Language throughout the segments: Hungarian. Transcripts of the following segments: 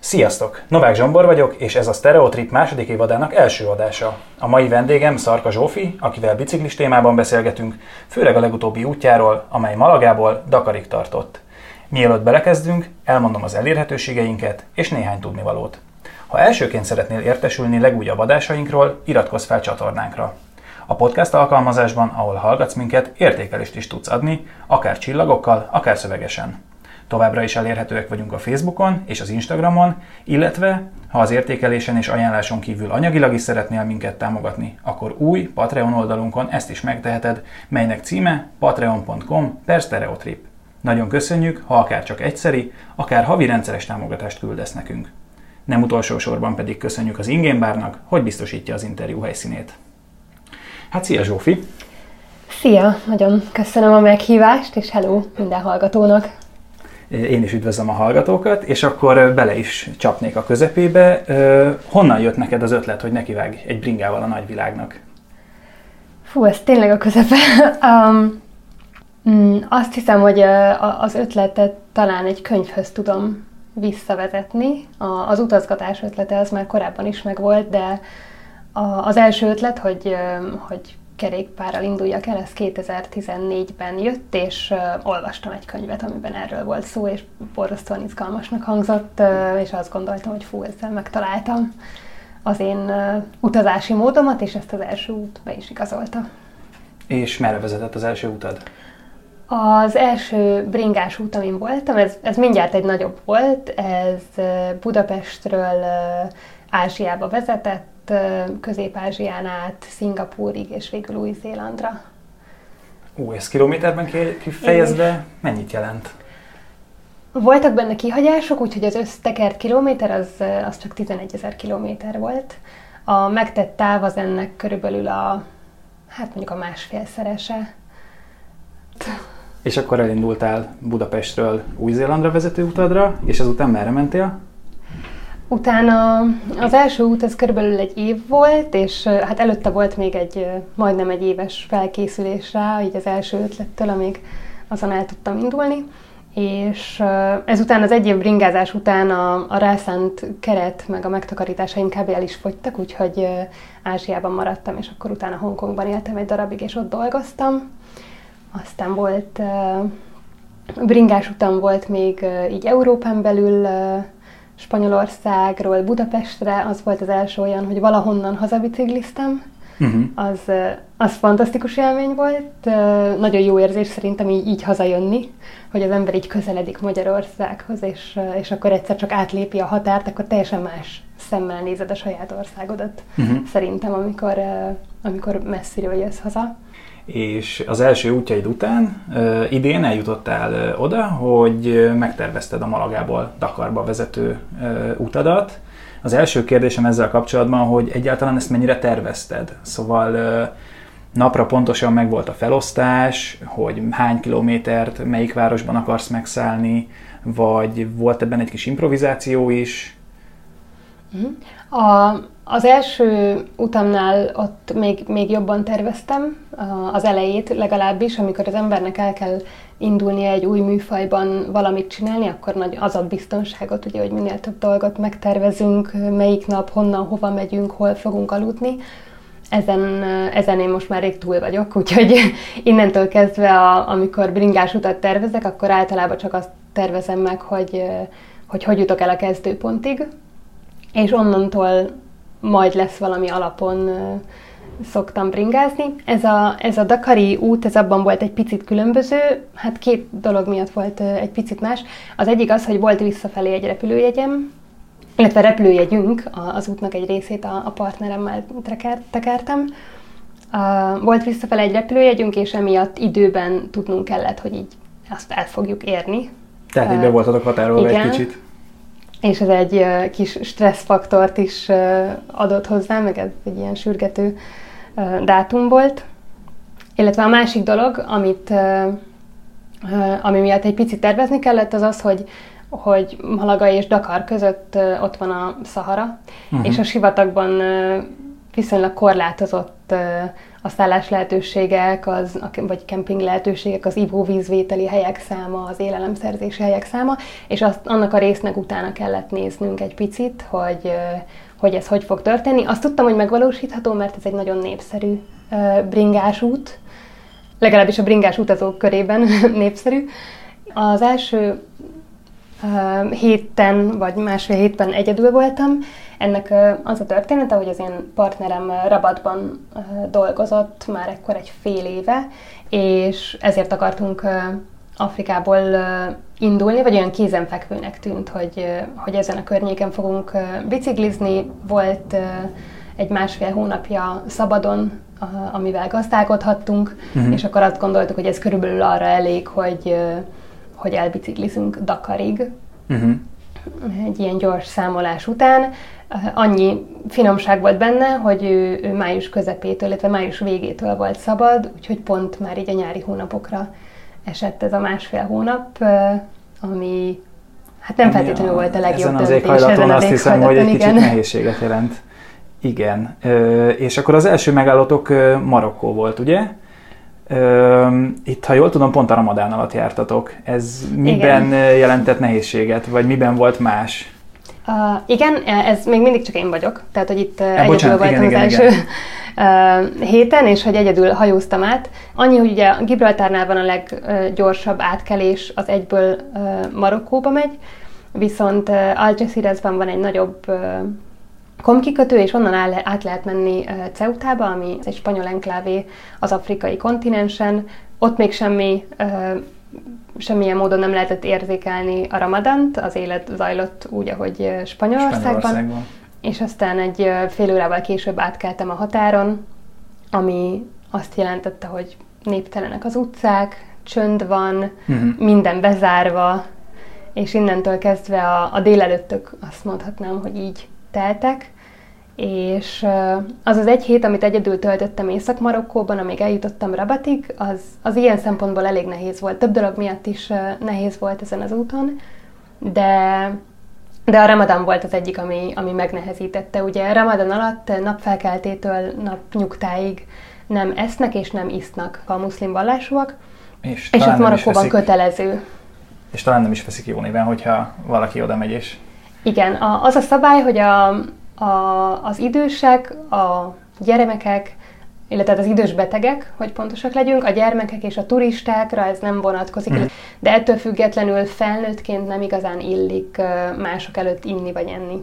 Sziasztok! Novák Zsombor vagyok, és ez a Stereotrip második évadának első adása. A mai vendégem Szarka Zsófi, akivel biciklis témában beszélgetünk, főleg a legutóbbi útjáról, amely Malagából Dakarig tartott. Mielőtt belekezdünk, elmondom az elérhetőségeinket és néhány tudnivalót. Ha elsőként szeretnél értesülni legújabb adásainkról, iratkozz fel csatornánkra. A podcast alkalmazásban, ahol hallgatsz minket, értékelést is tudsz adni, akár csillagokkal, akár szövegesen. Továbbra is elérhetőek vagyunk a Facebookon és az Instagramon, illetve ha az értékelésen és ajánláson kívül anyagilag is szeretnél minket támogatni, akkor új Patreon oldalunkon ezt is megteheted, melynek címe patreon.com/stereotrip. Nagyon köszönjük, ha akár csak egyszeri, akár havi rendszeres támogatást küldesz nekünk. Nem utolsó sorban pedig köszönjük az In Game Barnak, hogy biztosítja az interjú helyszínét. Hát szia Zsófi! Szia! Nagyon köszönöm a meghívást, és hello minden hallgatónak! Én is üdvözlöm a hallgatókat, és akkor bele is csapnék a közepébe. Honnan jött neked az ötlet, hogy nekivágj egy bringával a nagyvilágnak? Fú, ez tényleg a közepe. Azt hiszem, hogy az ötletet talán egy könyvhöz tudom visszavezetni. Az utazgatás ötlete az már korábban is megvolt, de az első ötlet, hogy kerékpárral induljak el, ez 2014-ben jött, és olvastam egy könyvet, amiben erről volt szó, és borzasztóan izgalmasnak hangzott, és azt gondoltam, hogy fú, ezzel megtaláltam az én utazási módomat, és ezt az első út be is igazolta. És merre vezetett az első utad? Az első bringás út, amin voltam, ez mindjárt egy nagyobb volt, ez Budapestről Ázsiába vezetett, Közép-Ázsián át, Szingapúrig és végül Új-Zélandra. Ez kilométerben kifejezve mennyit jelent? Voltak benne kihagyások, úgyhogy az össztekert kilométer az csak 11 000 kilométer volt. A megtett táv az ennek körülbelül mondjuk a másfélszerese. És akkor elindultál Budapestről Új-Zélandra vezető utadra, és azután merre mentél? Utána az első út ez körülbelül egy év volt, és hát előtte volt még majdnem egy éves felkészülés rá, így az első ötlettől, amíg azon el tudtam indulni. És ezután az egy év bringázás után a rászánt keret meg a megtakarításaim kb. El is fogytak, úgyhogy Ázsiában maradtam, és akkor utána Hongkongban éltem egy darabig, és ott dolgoztam. Aztán volt bringás után volt még így Európán belül, Spanyolországról Budapestre, az volt az első olyan, hogy valahonnan hazabicikliztem. Az fantasztikus élmény volt. Nagyon jó érzés szerintem így hazajönni, hogy az ember így közeledik Magyarországhoz, és akkor egyszer csak átlépi a határt, akkor teljesen más szemmel nézed a saját országodat. Szerintem, amikor messziről jössz haza. És az első útjaid után idén eljutottál oda, hogy megtervezted a Malagából Dakarba vezető utadat. Az első kérdésem ezzel kapcsolatban, hogy egyáltalán ezt mennyire tervezted? Szóval napra pontosan megvolt a felosztás, hogy hány kilométert, melyik városban akarsz megszállni, vagy volt ebben egy kis improvizáció is? Az első utamnál ott még jobban terveztem, az elejét legalábbis, amikor az embernek el kell indulnia egy új műfajban valamit csinálni, akkor az ad biztonságot, ugye, hogy minél több dolgot megtervezünk, melyik nap, honnan, hova megyünk, hol fogunk aludni. Ezen én most már rég túl vagyok, úgyhogy innentől kezdve, amikor bringás utat tervezek, akkor általában csak azt tervezem meg, hogy jutok el a kezdőpontig, és onnantól majd lesz valami alapon szoktam bringázni. Ez a dakari út, ez abban volt egy picit különböző, hát két dolog miatt volt egy picit más. Az egyik az, hogy volt visszafelé egy repülőjegyem, illetve repülőjegyünk, az útnak egy részét a partneremmel tekertem. Volt visszafelé egy repülőjegyünk, és emiatt időben tudnunk kellett, hogy így azt el fogjuk érni. Tehát így be voltatok határolva egy kicsit. És ez egy kis stresszfaktort is adott hozzá, meg ez egy ilyen sürgető dátum volt. Illetve a másik dolog, ami miatt egy picit tervezni kellett, az az, hogy Malaga és Dakar között ott van a Szahara, és a sivatagban viszonylag korlátozott a szállás lehetőségek, vagy kemping lehetőségek, az ivóvízvételi helyek száma, az élelemszerzési helyek száma, és annak a résznek utána kellett néznünk egy picit, hogy ez hogy fog történni. Azt tudtam, hogy megvalósítható, mert ez egy nagyon népszerű bringásút, legalábbis a bringás utazók körében népszerű. Az első héten, vagy másfél hétben egyedül voltam. Ennek az a története, hogy az én partnerem Rabatban dolgozott már ekkor egy fél éve, és ezért akartunk Afrikából indulni, vagy olyan kézenfekvőnek tűnt, hogy ezen a környéken fogunk biciklizni. Volt egy másfél hónapja szabadon, amivel gazdálkodhattunk, és akkor azt gondoltuk, hogy ez körülbelül arra elég, hogy elbiciklizünk Dakarig. Egy ilyen gyors számolás után. Annyi finomság volt benne, hogy ő május közepétől, illetve május végétől volt szabad, úgyhogy pont már így a nyári hónapokra esett ez a másfél hónap, ami hát nem feltétlenül volt a legjobb döntés. Ezen az éghajlaton azt hiszem, hogy egy kicsit nehézséget jelent. Igen. És akkor az első megállótok Marokkó volt, ugye? Itt, ha jól tudom, pont a Ramadán alatt jártatok. Ez miben jelentett nehézséget, vagy miben volt más? Igen, ez még mindig csak én vagyok, tehát hogy itt egyedül voltam az első héten, és hogy egyedül hajóztam át. Annyi, hogy ugye Gibraltárnál van a leggyorsabb átkelés, az egyből Marokkóba megy, viszont Algeciresben van egy nagyobb komkikötő, és onnan át lehet menni Ceutába, ami egy spanyol enklávé az afrikai kontinensen. Ott még semmilyen módon nem lehetett érzékelni a Ramadant, az élet zajlott úgy, ahogy Spanyolországban. És aztán egy fél órával később átkeltem a határon, ami azt jelentette, hogy néptelenek az utcák, csönd van, minden bezárva, és innentől kezdve a délelőttök, azt mondhatnám, hogy így teltek, és az az egy hét, amit egyedül töltöttem Észak-Marokkóban, amíg eljutottam Rabatig, az ilyen szempontból elég nehéz volt. Több dolog miatt is nehéz volt ezen az úton, de a Ramadán volt az egyik, ami megnehezítette. Ugye Ramadán alatt napfelkeltétől napnyugtáig nem esznek és nem isznak a muszlim vallásúak, és ez Marokkóban kötelező. És talán nem is veszik jó néven, hogyha valaki oda megy és... Igen, az a szabály, hogy az idősek, a gyermekek, illetve az idős betegek, hogy pontosak legyünk, a gyermekek és a turistákra ez nem vonatkozik, de ettől függetlenül felnőttként nem igazán illik mások előtt inni vagy enni.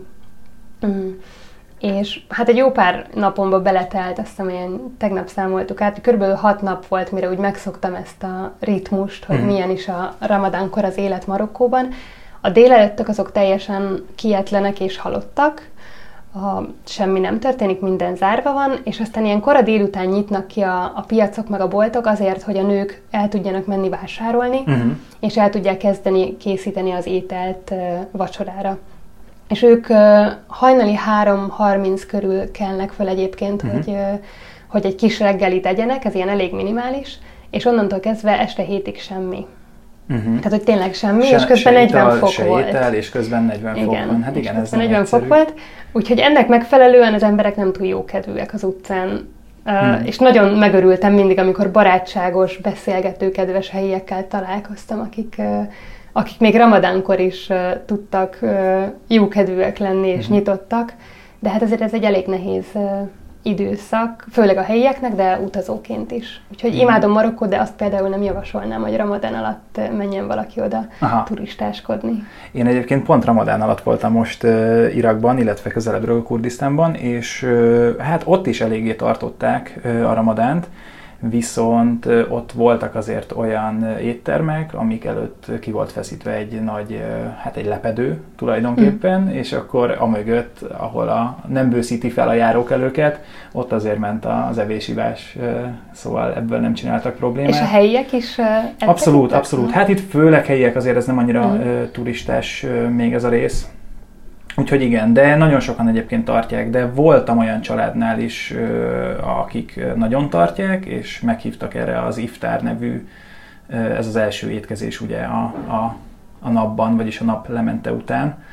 És hát egy jó pár napomba beletelt, azt hiszem, ilyen tegnap számoltuk át, körülbelül 6 nap volt, mire úgy megszoktam ezt a ritmust, hogy milyen is a ramadánkor az élet Marokkóban. A délelőttök azok teljesen kietlenek és halottak, semmi nem történik, minden zárva van, és aztán ilyen kora délután nyitnak ki a piacok meg a boltok azért, hogy a nők el tudjanak menni vásárolni, és el tudják kezdeni készíteni az ételt vacsorára. És ők hajnali 3:30 körül kelnek fel egyébként, hogy egy kis reggelit tegyenek, ez ilyen elég minimális, és onnantól kezdve este 7-ig semmi. Tehát, hogy tényleg semmi, és közben 40 fok volt. Étel, és közben 40 fok van. Hát igen, ez 40 fok volt, úgyhogy ennek megfelelően az emberek nem túl jókedvűek az utcán. És nagyon megörültem mindig, amikor barátságos, beszélgető, kedves helyiekkel találkoztam, akik még ramadánkor is tudtak jókedvűek lenni és nyitottak, de hát azért ez egy elég nehéz időszak, főleg a helyieknek, de utazóként is. Úgyhogy imádom Marokkót, de azt például nem javasolnám, hogy Ramadán alatt menjen valaki oda turistáskodni. Én egyébként pont Ramadán alatt voltam most Irakban, illetve közelebbről Kurdisztánban, és hát ott is eléggé tartották a Ramadánt, viszont ott voltak azért olyan éttermek, amik előtt ki volt feszítve egy nagy, hát egy lepedő tulajdonképpen, és akkor amögött, ahol nem bőszíti fel a járókelőket, ott azért ment az evésivás, szóval ebből nem csináltak problémát. És a helyiek is ettek? Abszolút. Hát itt főleg helyiek, azért ez nem annyira turistás még ez a rész. Úgyhogy igen, de nagyon sokan egyébként tartják, de voltam olyan családnál is, akik nagyon tartják, és meghívtak erre az iftár nevű, ez az első étkezés ugye a napban, vagyis a nap lemente után,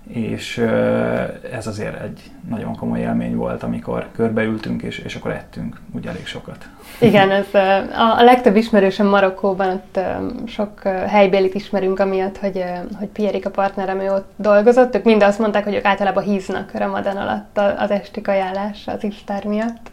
és ez azért egy nagyon komoly élmény volt, amikor körbeültünk, és akkor ettünk úgy elég sokat. Igen, ez a legtöbb ismerősöm Marokkóban, ott sok helybélit ismerünk amiatt, hogy Pierik a partnerem, ő ott dolgozott. Ők mind azt mondták, hogy ők általában híznak Ramadán alatt az esti kajálás, az iftár miatt.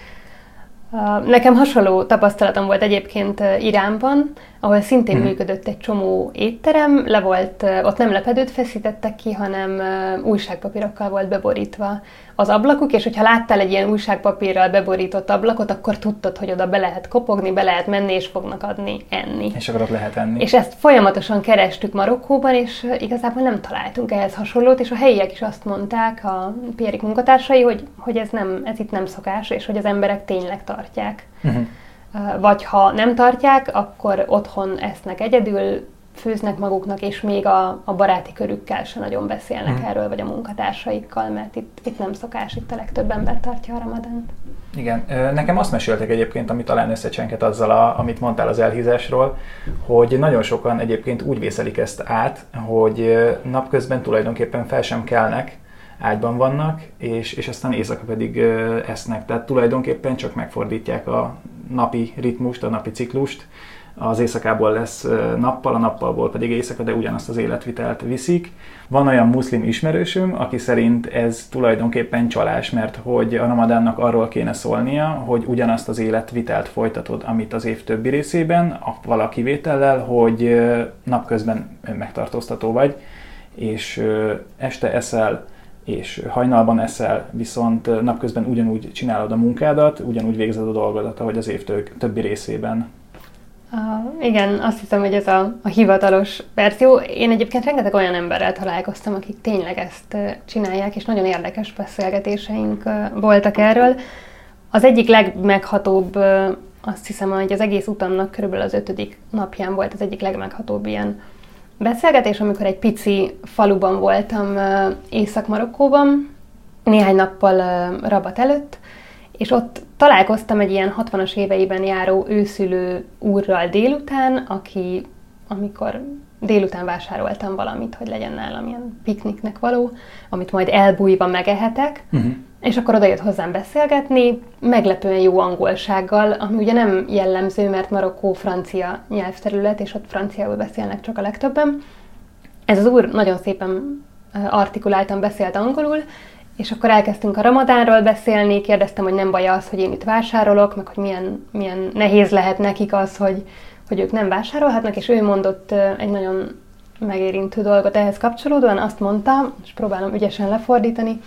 Nekem hasonló tapasztalatom volt egyébként Iránban, ahol szintén működött egy csomó étterem, ott nem lepedőt feszítettek ki, hanem újságpapírokkal volt beborítva az ablakuk, és hogyha láttál egy ilyen újságpapírral beborított ablakot, akkor tudtad, hogy oda be lehet kopogni, be lehet menni, és fognak adni enni. És akkor ott lehet enni. És ezt folyamatosan kerestük Marokkóban, és igazából nem találtunk ehhez hasonlót, és a helyiek is azt mondták, a Pierik munkatársai, hogy ez itt nem szokás, és hogy az emberek tényleg tartják. Vagy ha nem tartják, akkor otthon esznek egyedül, főznek maguknak, és még a baráti körükkel se nagyon beszélnek erről, vagy a munkatársaikkal, mert itt nem szokás, itt a legtöbb ember tartja a Ramadánt. Igen, nekem azt meséltek egyébként, ami talán összecsenket azzal, amit mondtál az elhízásról, hogy nagyon sokan egyébként úgy vészelik ezt át, hogy napközben tulajdonképpen fel sem kelnek, ágyban vannak, és aztán éjszaka pedig esznek. Tehát tulajdonképpen csak megfordítják a napi ritmust, a napi ciklust. Az éjszakából lesz nappal, a nappalból pedig éjszaka, de ugyanazt az életvitelt viszik. Van olyan muszlim ismerősöm, aki szerint ez tulajdonképpen csalás, mert hogy a Ramadánnak arról kéne szólnia, hogy ugyanazt az életvitelt folytatod, amit az év többi részében, vala kivétellel, hogy napközben önmegtartóztató vagy, és este eszel, és hajnalban eszel, viszont napközben ugyanúgy csinálod a munkádat, ugyanúgy végzed a dolgodat, ahogy az év többi részében. Igen, azt hiszem, hogy ez a hivatalos verzió. Én egyébként rengeteg olyan emberrel találkoztam, akik tényleg ezt csinálják, és nagyon érdekes beszélgetéseink voltak erről. Az egyik legmeghatóbb, azt hiszem, hogy az egész utamnak körülbelül az 5. napján volt az egyik legmeghatóbb ilyen beszélgetés, amikor egy pici faluban voltam Észak-Marokkóban, néhány nappal Rabat előtt, és ott találkoztam egy ilyen 60-as éveiben járó őszülő úrral délután, amikor délután vásároltam valamit, hogy legyen nálam ilyen pikniknek való, amit majd elbújva megehetek, és akkor oda jött hozzám beszélgetni, meglepően jó angolsággal, ami ugye nem jellemző, mert Marokkó francia nyelvterület, és ott franciául beszélnek csak a legtöbben. Ez az úr nagyon szépen artikuláltan beszélt angolul, és akkor elkezdtünk a Ramadánról beszélni, kérdeztem, hogy nem baj az, hogy én itt vásárolok, meg hogy milyen nehéz lehet nekik az, hogy ők nem vásárolhatnak, és ő mondott egy nagyon megérintő dolgot ehhez kapcsolódóan, azt mondta, és próbálom ügyesen lefordítani,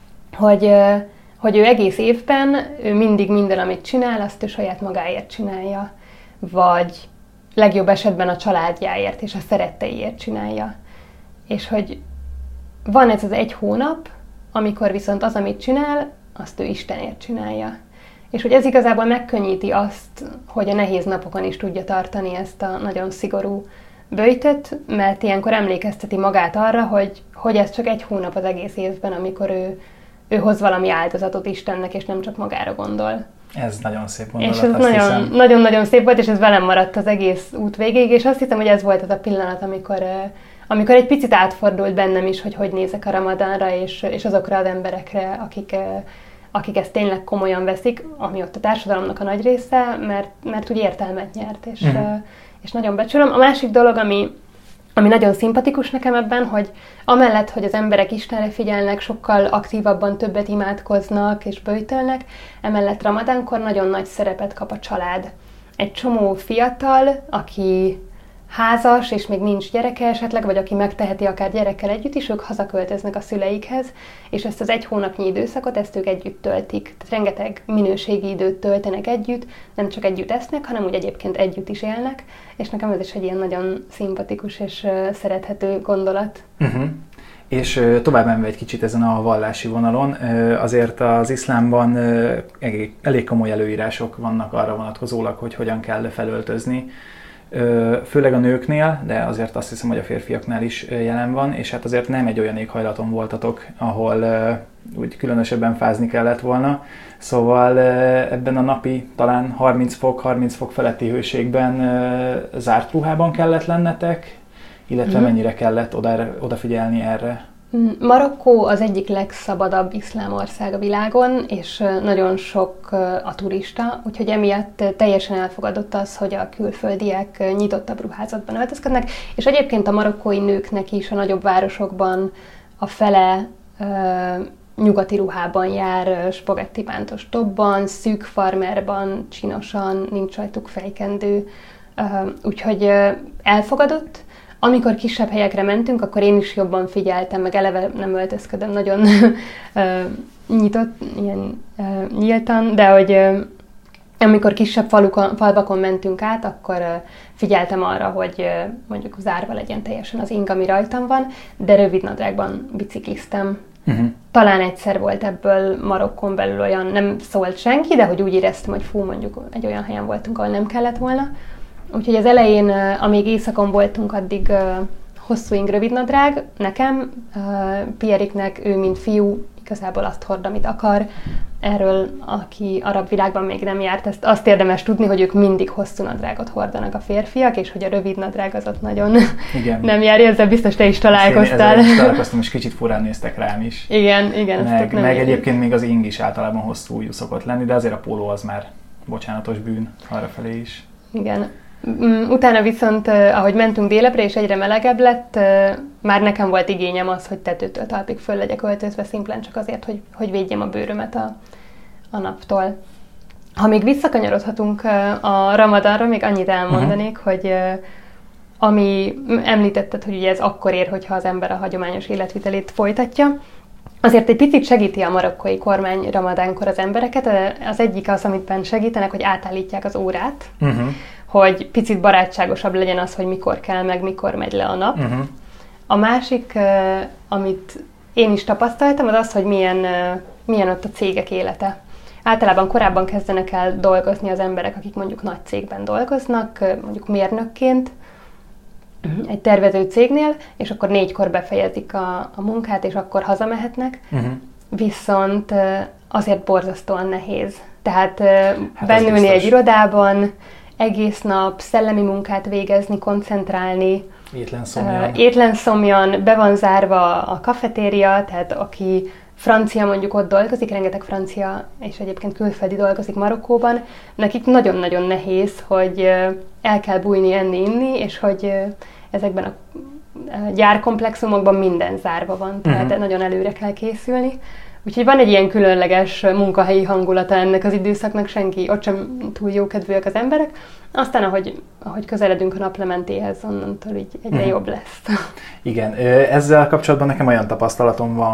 hogy ő egész évben, ő mindig minden, amit csinál, azt ő saját magáért csinálja, vagy legjobb esetben a családjáért és a szeretteiért csinálja. És hogy van ez az egy hónap, amikor viszont az, amit csinál, azt ő Istenért csinálja. És hogy ez igazából megkönnyíti azt, hogy a nehéz napokon is tudja tartani ezt a nagyon szigorú böjtöt, mert ilyenkor emlékezteti magát arra, hogy ez csak egy hónap az egész évben, amikor ő hoz valami áldozatot Istennek, és nem csak magára gondol. Ez nagyon szép gondolat, és ez nagyon-nagyon szép volt, és ez velem maradt az egész út végéig, és azt hiszem, hogy ez volt az a pillanat, amikor egy picit átfordult bennem is, hogy nézek a Ramadánra, és azokra az emberekre, akik ezt tényleg komolyan veszik, ami ott a társadalomnak a nagy része, mert úgy értelmet nyert, és nagyon becsülöm. A másik dolog, ami nagyon szimpatikus nekem ebben, hogy amellett, hogy az emberek Istenre figyelnek, sokkal aktívabban többet imádkoznak és böjtölnek, emellett Ramadánkor nagyon nagy szerepet kap a család. Egy csomó fiatal, aki házas, és még nincs gyereke esetleg, vagy aki megteheti akár gyerekkel együtt is, ők hazaköltöznek a szüleikhez, és ezt az egy hónapnyi időszakot, ezt ők együtt töltik. Tehát rengeteg minőségi időt töltenek együtt, nem csak együtt esznek, hanem úgy egyébként együtt is élnek, és nekem ez is egy ilyen nagyon szimpatikus és szerethető gondolat. És tovább menve egy kicsit ezen a vallási vonalon, azért az iszlámban elég komoly előírások vannak arra vonatkozólag, hogy hogyan kell felöltözni, főleg a nőknél, de azért azt hiszem, hogy a férfiaknál is jelen van, és hát azért nem egy olyan éghajlaton voltatok, ahol úgy különösebben fázni kellett volna. Szóval ebben a napi talán 30 fok feletti hőségben zárt ruhában kellett lennetek, illetve mennyire kellett odafigyelni erre? Marokkó az egyik legszabadabb iszlám ország a világon, és nagyon sok a turista, úgyhogy emiatt teljesen elfogadott az, hogy a külföldiek nyitottabb ruházatban öltözködnek, és egyébként a marokkói nőknek is a nagyobb városokban a fele nyugati ruhában jár, spagettipántos tobban, szűk farmerban, csinosan, nincs rajtuk fejkendő, úgyhogy elfogadott. Amikor kisebb helyekre mentünk, akkor én is jobban figyeltem, meg eleve nem öltözködöm nagyon nyíltan, de hogy amikor kisebb falvakon mentünk át, akkor figyeltem arra, hogy mondjuk zárva legyen teljesen az ing, ami rajtam van, de rövidnadrágban bicikliztem. Talán egyszer volt ebből Marokkon belül olyan, nem szólt senki, de hogy úgy éreztem, hogy mondjuk egy olyan helyen voltunk, ahol nem kellett volna. Úgyhogy az elején, amíg éjszakon voltunk, addig hosszú ing, rövidnadrág nekem, Pieriknek, ő mint fiú igazából azt hord, amit akar. Erről, aki arab világban még nem járt, azt érdemes tudni, hogy ők mindig hosszú nadrágot hordanak a férfiak, és hogy a rövid nadrág az ott nagyon nem járja, ezzel biztos te is találkoztál. Ezzel is találkoztam, és kicsit furán néztek rám is. Igen. Meg egyébként még az ing is általában hosszú ujjú szokott lenni, de azért a póló az már bocsánatos bűn arrafelé is. Igen. Utána viszont, ahogy mentünk délebre, és egyre melegebb lett, már nekem volt igényem az, hogy tetőtől talpig föl legyek öltözve, szimplán csak azért, hogy védjem a bőrömet a naptól. Ha még visszakanyarodhatunk a Ramadanra, még annyit elmondanék, hogy ami említetted, hogy ugye ez akkor ér, hogyha az ember a hagyományos életvitelét folytatja, azért egy picit segíti a marokkói kormány ramadánkor az embereket. Az egyik az, amitben segítenek, hogy átállítják az órát, hogy picit barátságosabb legyen az, hogy mikor kell, meg mikor megy le a nap. A másik, amit én is tapasztaltam, az az, hogy milyen ott a cégek élete. Általában korábban kezdenek el dolgozni az emberek, akik mondjuk nagy cégben dolgoznak, mondjuk mérnökként, egy tervező cégnél, és akkor 4-kor befejezik a munkát, és akkor hazamehetnek. Viszont azért borzasztóan nehéz. Tehát bennülni egy irodában, egész nap szellemi munkát végezni, koncentrálni. Étlenszomjan, be van zárva a kafetéria, tehát aki francia mondjuk ott dolgozik, rengeteg francia és egyébként külföldi dolgozik Marokkóban, nekik nagyon-nagyon nehéz, hogy el kell bújni, enni, inni, és hogy ezekben a gyárkomplexumokban minden zárva van, tehát nagyon előre kell készülni. Úgyhogy van egy ilyen különleges munkahelyi hangulata ennek az időszaknak, ott sem túl jókedvűek az emberek. Aztán, ahogy közeledünk a naplementéhez, onnantól így egyre jobb lesz. Igen, ezzel kapcsolatban nekem olyan tapasztalatom van,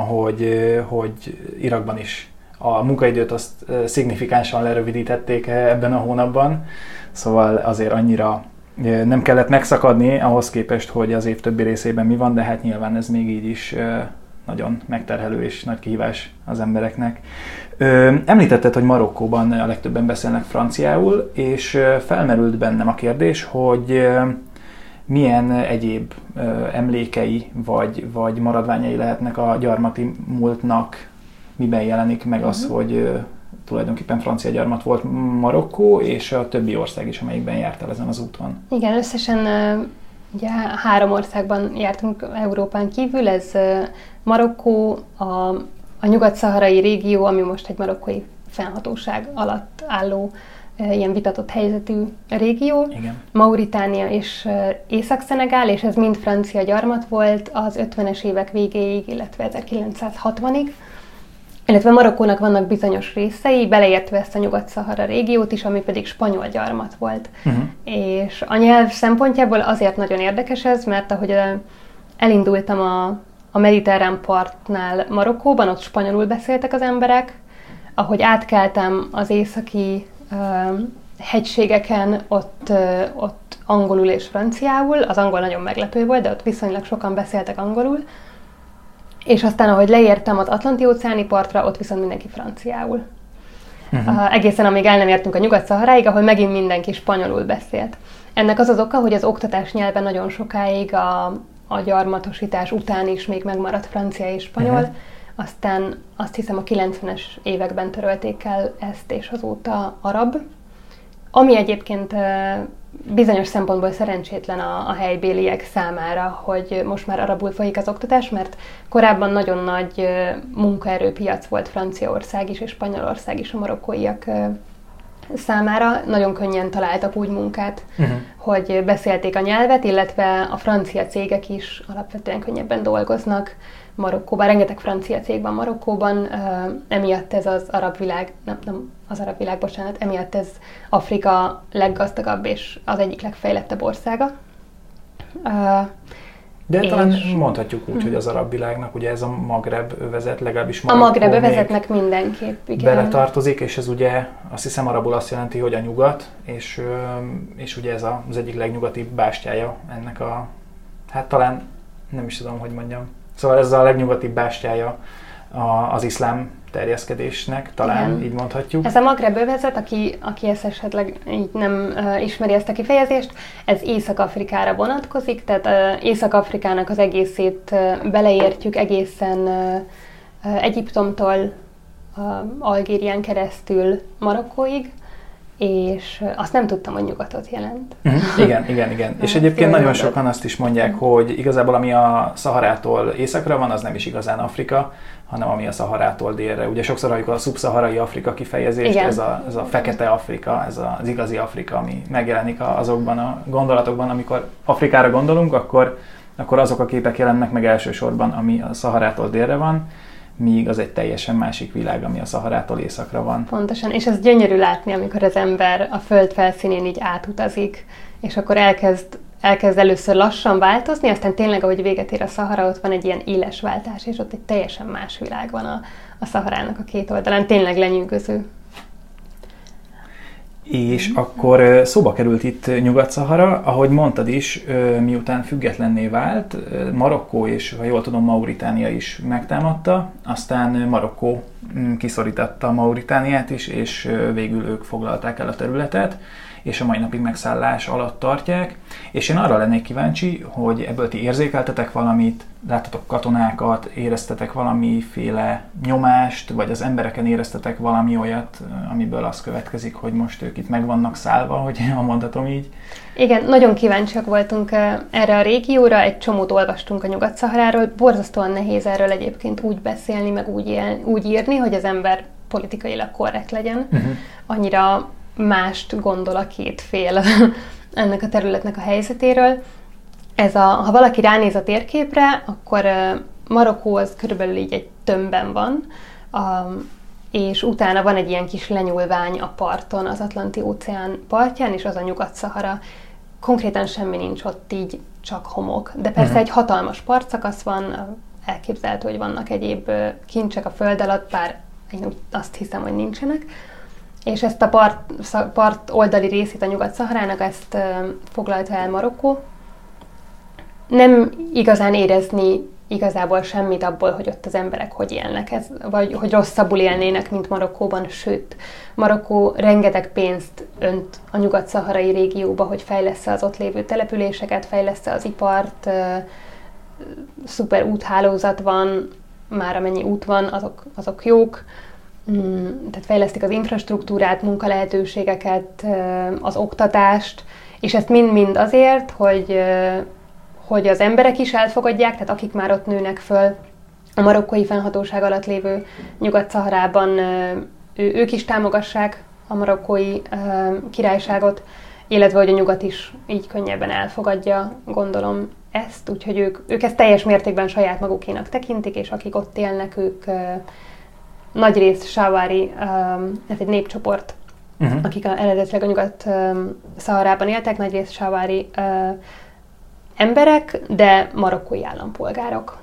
hogy Irakban is a munkaidőt azt szignifikánsan lerövidítették ebben a hónapban, szóval azért annyira nem kellett megszakadni ahhoz képest, hogy az év többi részében mi van, de hát nyilván ez még így is nagyon megterhelő és nagy kihívás az embereknek. Említetted, hogy Marokkóban a legtöbben beszélnek franciául, és felmerült bennem a kérdés, hogy milyen egyéb emlékei vagy maradványai lehetnek a gyarmati múltnak, miben jelenik meg az, hogy tulajdonképpen francia gyarmat volt Marokkó, és a többi ország is, amelyikben jártál ezen az úton. Igen, összesen ugye 3 országban jártunk Európán kívül, ez Marokkó, a nyugat-szaharai régió, ami most egy marokkói fennhatóság alatt álló ilyen vitatott helyzetű régió, igen. Mauritánia és Észak-Szenegál, és ez mind francia gyarmat volt az 50-es évek végéig, illetve 1960-ig. Illetve Marokkónak vannak bizonyos részei, beleértve ezt a Nyugat-Szahara régiót is, ami pedig spanyol gyarmat volt. És a nyelv szempontjából azért nagyon érdekes ez, mert ahogy elindultam a mediterrán partnál Marokkóban, ott spanyolul beszéltek az emberek, ahogy átkeltem az északi hegységeken, ott angolul és franciául, az angol nagyon meglepő volt, de ott viszonylag sokan beszéltek angolul, és aztán, ahogy leértem az Atlanti-óceáni partra, ott viszont mindenki franciául. Egészen amíg el nem értünk a Nyugat-Szaharáig, ahol megint mindenki spanyolul beszélt. Ennek az az oka, hogy az oktatás nyelven nagyon sokáig a gyarmatosítás után is még megmaradt francia és spanyol, aztán azt hiszem a 90-es években törölték el ezt, és azóta arab. Ami egyébként bizonyos szempontból szerencsétlen a helybéliek számára, hogy most már arabul folyik az oktatás, mert korábban nagyon nagy munkaerőpiac volt Franciaország is és Spanyolország is a marokkóiak számára. Nagyon könnyen találtak úgy munkát, hogy beszélték a nyelvet, illetve a francia cégek is alapvetően könnyebben dolgoznak Marokkóban. Rengeteg francia cég van Marokkóban, emiatt ez az arab világ, nem az arab világ, bocsánat, emiatt ez Afrika leggazdagabb és az egyik legfejlettebb országa. De talán mondhatjuk úgy, hogy az arab világnak ugye ez a Magreb övezet, legalábbis Marokkó a Magreb övezetnek mindenképp, igen. Beletartozik, és ez ugye azt hiszem arabul azt jelenti, hogy a nyugat, és ugye ez az egyik legnyugatibb bástyája ennek hát talán nem is tudom, hogy mondjam. Szóval ez a legnyugatibb bástyája az iszlám terjeszkedésnek, talán igen. Így mondhatjuk. Ez a Magreb övezet, aki ezt esetleg így nem ismeri ezt a kifejezést, ez Észak-Afrikára vonatkozik, tehát Észak-Afrikának az egészét beleértjük egészen Egyiptomtól Algérián keresztül Marokkóig, és azt nem tudtam, hogy nyugatot jelent. Igen. És egyébként nagyon sokan azt is mondják, hogy igazából ami a Szaharától északra van, az nem is igazán Afrika, hanem ami a Szaharától délre. Ugye sokszor halljuk a szubszaharai Afrika kifejezést, ez a fekete Afrika, ez az igazi Afrika, ami megjelenik azokban a gondolatokban, amikor Afrikára gondolunk, akkor azok a képek jelennek meg elsősorban, ami a Szaharától délre van, míg az egy teljesen másik világ, ami a Szaharától északra van. Pontosan, és ez gyönyörű látni, amikor az ember a föld felszínén így átutazik, és akkor elkezd először lassan változni, aztán tényleg, ahogy véget ér a Szahara, ott van egy ilyen éles váltás, és ott egy teljesen más világ van a Szaharának a két oldalán, tényleg lenyűgöző. És akkor szóba került itt Nyugat-Szahara, ahogy mondtad is, miután függetlenné vált, Marokkó és, ha jól tudom, Mauritánia is megtámadta, aztán Marokkó kiszorította Mauritániát is, és végül ők foglalták el a területet, és a mai napig megszállás alatt tartják. És én arra lennék kíváncsi, hogy ebből ti érzékeltetek valamit, láttatok katonákat, éreztetek valamiféle nyomást, vagy az embereken éreztetek valami olyat, amiből az következik, hogy most ők itt meg vannak szállva, hogy mondhatom így. Igen, nagyon kíváncsiak voltunk erre a régióra, egy csomót olvastunk a Nyugat-Szaharáról, borzasztóan nehéz erről egyébként úgy beszélni, meg úgy írni, hogy az ember politikailag korrekt legyen. Annyira mást gondol a két fél ennek a területnek a helyzetéről. Ha valaki ránéz a térképre, akkor Marokkó az körülbelül így egy tömbben van, és utána van egy ilyen kis lenyúlvány a parton, az Atlanti-óceán partján, és az a Nyugat-Szahara. Konkrétan semmi nincs ott, így csak homok. De persze egy hatalmas partszakasz van, elképzelhető, hogy vannak egyéb kincsek a föld alatt, bár én azt hiszem, hogy nincsenek. És ezt a part oldali részét a Nyugat-Szaharának ezt foglalta el Marokkó. Nem igazán érezni igazából semmit abból, hogy ott az emberek hogy élnek, vagy hogy rosszabbul élnének, mint Marokkóban, sőt, Marokkó rengeteg pénzt önt a nyugat-szaharai régióba, hogy fejlessze az ott lévő településeket, fejlessze az ipart, szuper úthálózat van, már amennyi út van, azok jók, tehát fejlesztik az infrastruktúrát, munkalehetőségeket, az oktatást, és ezt mind-mind azért, hogy az emberek is elfogadják, tehát akik már ott nőnek föl a marokkói fennhatóság alatt lévő Nyugat-Szaharában, ők is támogassák a marokkói királyságot, illetve hogy a nyugat is így könnyebben elfogadja, gondolom ezt, úgyhogy ők ezt teljes mértékben saját magukénak tekintik, és akik ott élnek, ők nagyrészt Saawari, ez egy népcsoport, akik eredetileg a Nyugat-Szaharában éltek, nagyrészt Saawari emberek, de marokkói állampolgárok.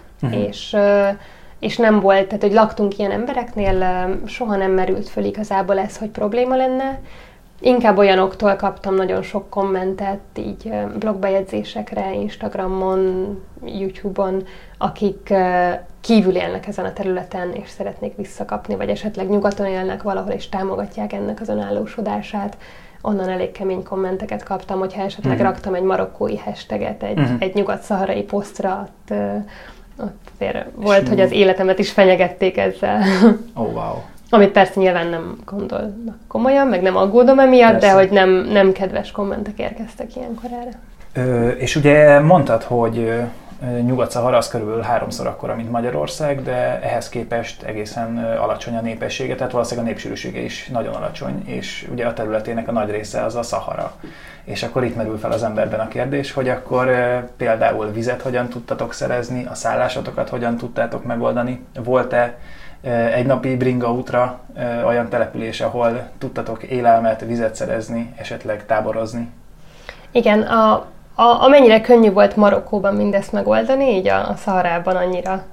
És nem volt, tehát hogy laktunk ilyen embereknél, soha nem merült föl igazából ez, hogy probléma lenne. Inkább olyanoktól kaptam nagyon sok kommentet, így blogbejegyzésekre, Instagramon, YouTube-on, akik kívül élnek ezen a területen, és szeretnék visszakapni, vagy esetleg nyugaton élnek valahol, és támogatják ennek az önállósodását. Onnan elég kemény kommenteket kaptam, hogyha esetleg raktam egy marokkói hashtaget egy nyugat-szaharai posztra, ott volt, hogy az életemet is fenyegették ezzel. Oh, wow. Amit persze nyilván nem gondolnak komolyan, meg nem aggódom emiatt, persze. De hogy nem kedves kommentek érkeztek ilyenkor erre. És ugye mondtad, hogy Nyugat-Szahara az körülbelül 3-szor akkora, mint Magyarország, de ehhez képest egészen alacsony a népessége, tehát valószínűleg a népsűrűsége is nagyon alacsony, és ugye a területének a nagy része az a Szahara. És akkor itt merül fel az emberben a kérdés, hogy akkor például vizet hogyan tudtatok szerezni, a szállásotokat hogyan tudtátok megoldani, volt-e egy napi bringa útra olyan település, ahol tudtatok élelmet, vizet szerezni, esetleg táborozni? Igen, amennyire könnyű volt Marokkóban mindezt megoldani, így a Szaharában annyira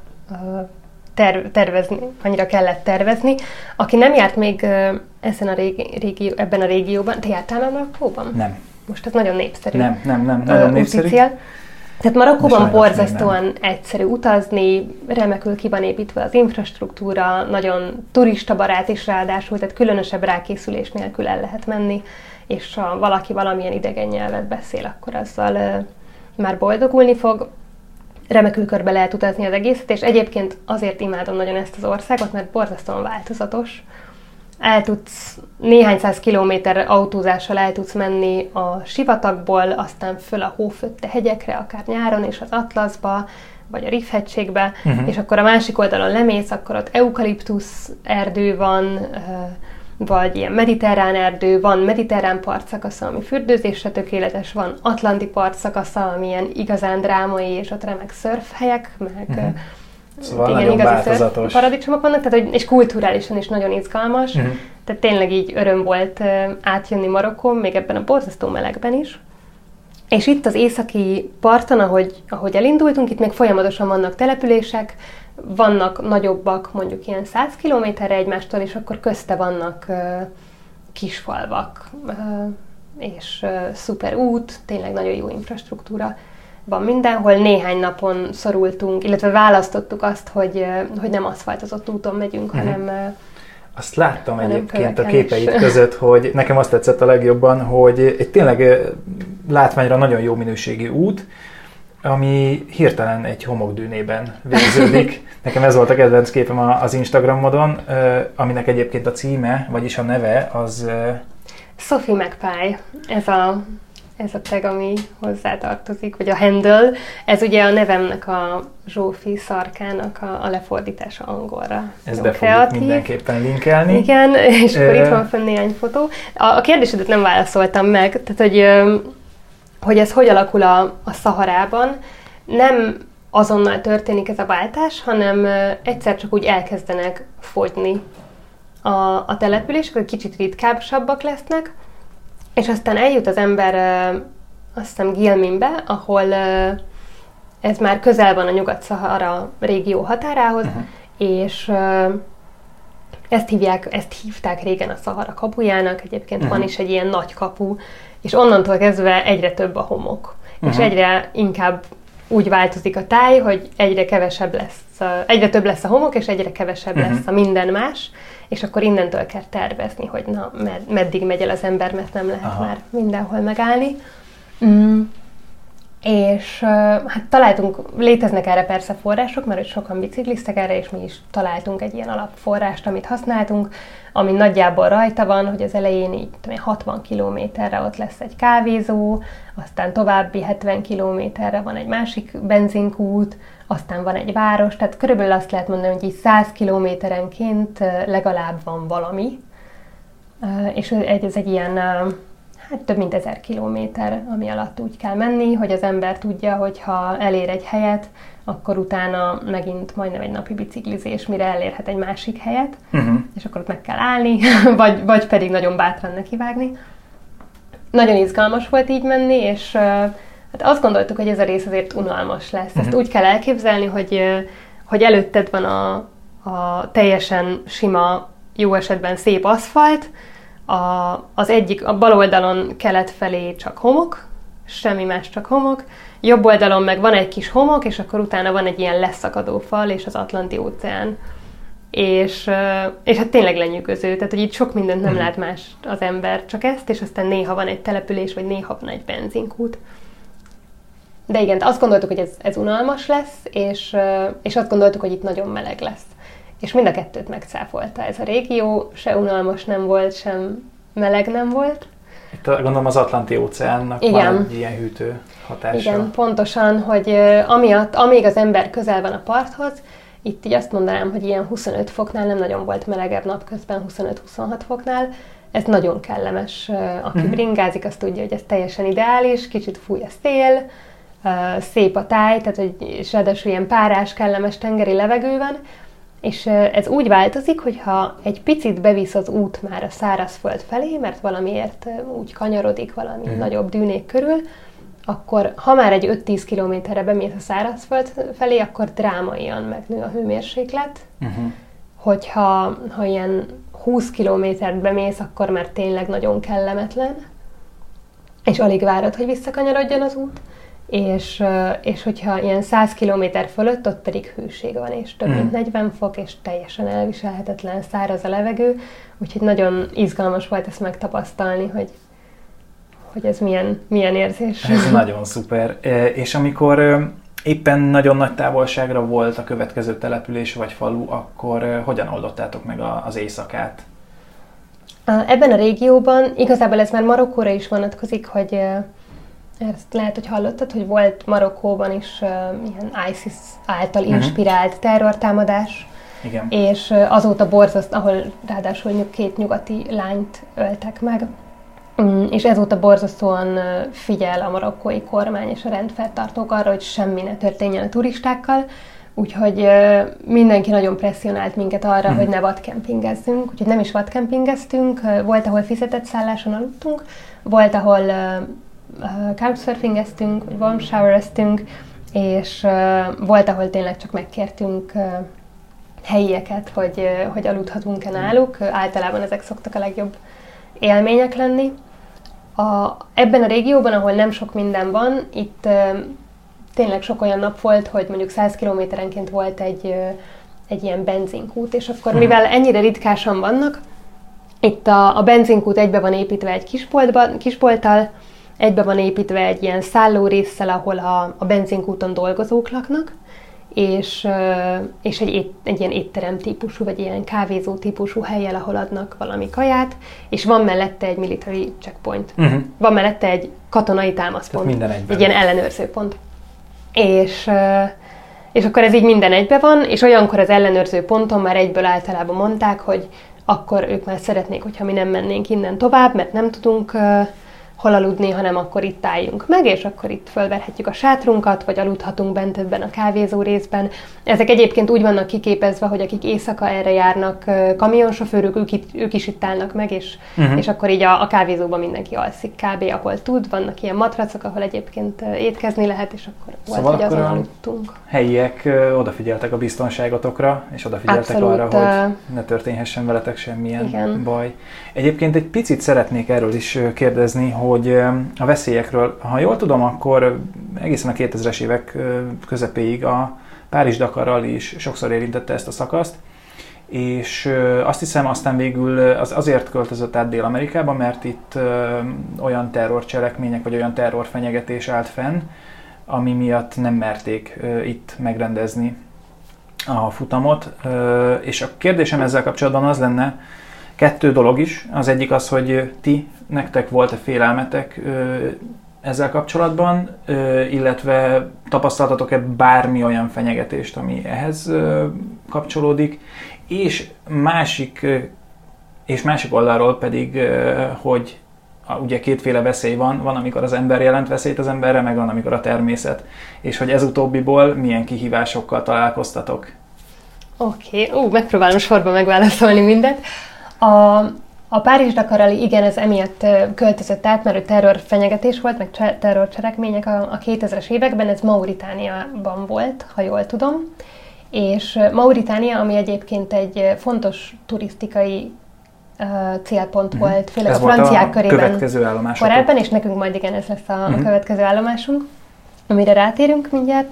annyira kellett tervezni. Aki nem járt még ebben a régióban, te jártál már Marokkóban? Nem. Most ez nagyon népszerű. Nem, nagyon népszerű. Tehát Marokkóban borzasztóan egyszerű utazni, remekül ki van építve az infrastruktúra, nagyon turistabarát is ráadásul, tehát különösebb rákészülés nélkül el lehet menni, és ha valaki valamilyen idegen nyelvet beszél, akkor azzal már boldogulni fog. Remekül körbe lehet utazni az egészet, és egyébként azért imádom nagyon ezt az országot, mert borzasztóan változatos. Néhány száz kilométer autózással el tudsz menni a sivatagból, aztán föl a hófötte hegyekre, akár nyáron, és az Atlaszba, vagy a Rif-hegységbe, és akkor a másik oldalon lemész, akkor ott eukaliptusz erdő van, vagy ilyen mediterrán erdő, van mediterrán partszakasza, ami fürdőzésre tökéletes, van atlanti partszakasza, ami ilyen igazán drámai, és ott remek szörfhelyek, meg szóval igen, nagyon változatos. Paradicsomok vannak, tehát, és kulturálisan is nagyon izgalmas. Tehát tényleg így öröm volt átjönni Marokkón, még ebben a borzasztó melegben is. És itt az északi parton, ahogy elindultunk, itt még folyamatosan vannak települések, vannak nagyobbak, mondjuk ilyen 100 kilométerre egymástól, és akkor közte vannak kisfalvak, és szuper út, tényleg nagyon jó infrastruktúra van mindenhol. Néhány napon szorultunk, illetve választottuk azt, hogy nem aszfaltozott úton megyünk, hanem azt láttam egyébként a képeid között, hogy nekem azt tetszett a legjobban, hogy egy tényleg látványra nagyon jó minőségű út, ami hirtelen egy homokdűnében végződik. Nekem ez volt a kedvenc képem az Instagramodon, aminek egyébként a címe, vagyis a neve az... Sophie Magpie, ez a tag, ami hozzátartozik, vagy a handle. Ez ugye a nevemnek a Zsófi Szarkának a lefordítása angolra. Ezt be fogjuk mindenképpen linkelni. Igen, és akkor itt van fönn néhány fotó. A kérdésedet nem válaszoltam meg, tehát hogy ez hogy alakul a Szaharában. Nem azonnal történik ez a váltás, hanem egyszer csak úgy elkezdenek fogyni a települések, hogy kicsit ritkábbak lesznek, és aztán eljut az ember azt hiszem Guilminbe, ahol ez már közel van a Nyugat-Szahara régió határához, és ezt hívták régen a Szahara kapujának, egyébként van is egy ilyen nagy kapu, és onnantól kezdve egyre több a homok. És egyre inkább úgy változik a táj, hogy egyre több lesz a homok, és egyre kevesebb lesz a minden más, és akkor innentől kell tervezni, hogy na, meddig megy el az ember, mert nem lehet már mindenhol megállni. És hát léteznek erre persze források, mert hogy sokan bicikliztek erre, és mi is találtunk egy ilyen alapforrást, amit használtunk, ami nagyjából rajta van, hogy az elején így 60 kilométerre ott lesz egy kávézó, aztán további 70 kilométerre van egy másik benzinkút, aztán van egy város, tehát körülbelül azt lehet mondani, hogy így 100 kilométerenként legalább van valami, és ez egy ilyen több mint 1000 kilométer, ami alatt úgy kell menni, hogy az ember tudja, hogy ha elér egy helyet, akkor utána megint majdnem egy napi biciklizés, mire elérhet egy másik helyet, és akkor ott meg kell állni, vagy pedig nagyon bátran nekivágni. Nagyon izgalmas volt így menni, és hát azt gondoltuk, hogy ez a rész azért unalmas lesz. Ezt úgy kell elképzelni, hogy előtted van a teljesen sima, jó esetben szép aszfalt, a bal oldalon kelet felé csak homok, semmi más, csak homok, jobb oldalon meg van egy kis homok, és akkor utána van egy ilyen leszakadó fal, és az Atlanti-óceán. És hát tényleg lenyűgöző, tehát hogy itt sok mindent nem lát más az ember, csak ezt, és aztán néha van egy település, vagy néha van egy benzinkút. De igen, azt gondoltuk, hogy ez unalmas lesz, és azt gondoltuk, hogy itt nagyon meleg lesz. és mind a kettőt megcáfolta ez a régió, se unalmas nem volt, sem meleg nem volt. Itt gondolom az Atlanti-óceánnak van egy ilyen hűtő hatása. Igen, pontosan, hogy amíg az ember közel van a parthoz, itt így azt mondanám, hogy ilyen 25 foknál nem nagyon volt melegebb napközben, 25-26 foknál. Ez nagyon kellemes. Aki bringázik, azt tudja, hogy ez teljesen ideális, kicsit fúj a szél, szép a táj, és ráadásul ilyen párás, kellemes tengeri levegő van, és ez úgy változik, hogyha egy picit bevisz az út már a szárazföld felé, mert valamiért úgy kanyarodik valami nagyobb dűnék körül, akkor ha már egy 5-10 kilométerre bemész a szárazföld felé, akkor drámaian megnő a hőmérséklet. Hogyha ilyen 20 kilométert bemész, akkor már tényleg nagyon kellemetlen, és alig várod, hogy visszakanyarodjon az út. És hogyha ilyen 100 kilométer fölött, ott pedig hőség van, és több mint 40 fok, és teljesen elviselhetetlen száraz a levegő, úgyhogy nagyon izgalmas volt ezt megtapasztalni, hogy ez milyen érzés. Ez nagyon szuper. És amikor éppen nagyon nagy távolságra volt a következő település vagy falu, akkor hogyan oldottátok meg az éjszakát? Ebben a régióban, igazából ez már Marokkóra is vonatkozik, hogy ezt lehet, hogy hallottad, hogy volt Marokkóban is ilyen ISIS által inspirált terrortámadás. Igen. És azóta borzaszt, ahol ráadásul 2 nyugati lányt öltek meg. És ezóta borzasztóan figyel a marokkói kormány és a rendfenntartók arra, hogy semmi ne történjen a turistákkal, úgyhogy mindenki nagyon presszionált minket arra, hogy ne vadkempingezzünk, úgyhogy nem is vadkempingeztünk, volt, ahol fizetett szálláson aludtunk, volt, ahol couchsurfingeztünk, vagy warm showereztünk, és volt, ahol tényleg csak megkértünk helyieket, hogy aludhatunk-e náluk, általában ezek szoktak a legjobb élmények lenni. Ebben a régióban, ahol nem sok minden van, itt tényleg sok olyan nap volt, hogy mondjuk 100 kilométerenként volt egy ilyen benzinkút, és akkor mivel ennyire ritkásan vannak, itt a benzinkút egybe van építve egy kisbolttal, egybe van építve egy ilyen szállórésszel, ahol a benzinkúton dolgozók laknak, és egy ilyen étterem típusú, vagy ilyen kávézó típusú hellyel, ahol adnak valami kaját, és van mellette egy military checkpoint. Van mellette egy katonai támaszpont, egy ilyen ellenőrző pont. És akkor ez így minden egybe van, és olyankor az ellenőrző ponton már egyből általában mondták, hogy akkor ők már szeretnék, hogyha mi nem mennénk innen tovább, mert nem tudunk hol aludni, hanem akkor itt álljunk meg, és akkor itt fölverhetjük a sátrunkat, vagy aludhatunk bent ebben a kávézó részben. Ezek egyébként úgy vannak kiképezve, hogy akik éjszaka erre járnak kamionsofőrök, ők is itt állnak meg, és akkor így a kávézóban mindenki alszik kb. Ahol tud. Vannak ilyen matracok, ahol egyébként étkezni lehet, és akkor szóval volt, hogy azon aludtunk. Helyiek odafigyeltek a biztonságotokra, és odafigyeltek abszolút, arra, hogy ne történhessen veletek semmilyen baj. Egyébként egy picit szeretnék erről is kérdezni, hogy a veszélyekről, ha jól tudom, akkor egészen a 2000-es évek közepéig a Párizs-Dakar Rally is sokszor érintette ezt a szakaszt, és azt hiszem aztán végül azért költözött át Dél-Amerikába, mert itt olyan terrorcselekmények, vagy olyan terrorfenyegetés állt fenn, ami miatt nem merték itt megrendezni a futamot. És a kérdésem ezzel kapcsolatban az lenne, 2 dolog is. Az egyik az, hogy nektek volt-e félelmetek ezzel kapcsolatban, illetve tapasztaltatok-e bármi olyan fenyegetést, ami ehhez kapcsolódik, és másik oldalról pedig, hogy ugye 2 veszély van, amikor az ember jelent veszélyt az emberre, meg van, amikor a természet, és hogy ez utóbbiból milyen kihívásokkal találkoztatok? Oké, megpróbálom sorba megválaszolni mindent. A Párizs-Dakar Rally, igen, ez emiatt költözött át, mert terrorfenyegetés volt, meg terrorcselekmények a 2000-es években, ez Mauritániában volt, ha jól tudom. És Mauritánia, ami egyébként egy fontos turisztikai célpont volt, főleg ez a franciák körében korábban, és nekünk majd igen, ez lesz a következő állomásunk, amire rátérünk mindjárt.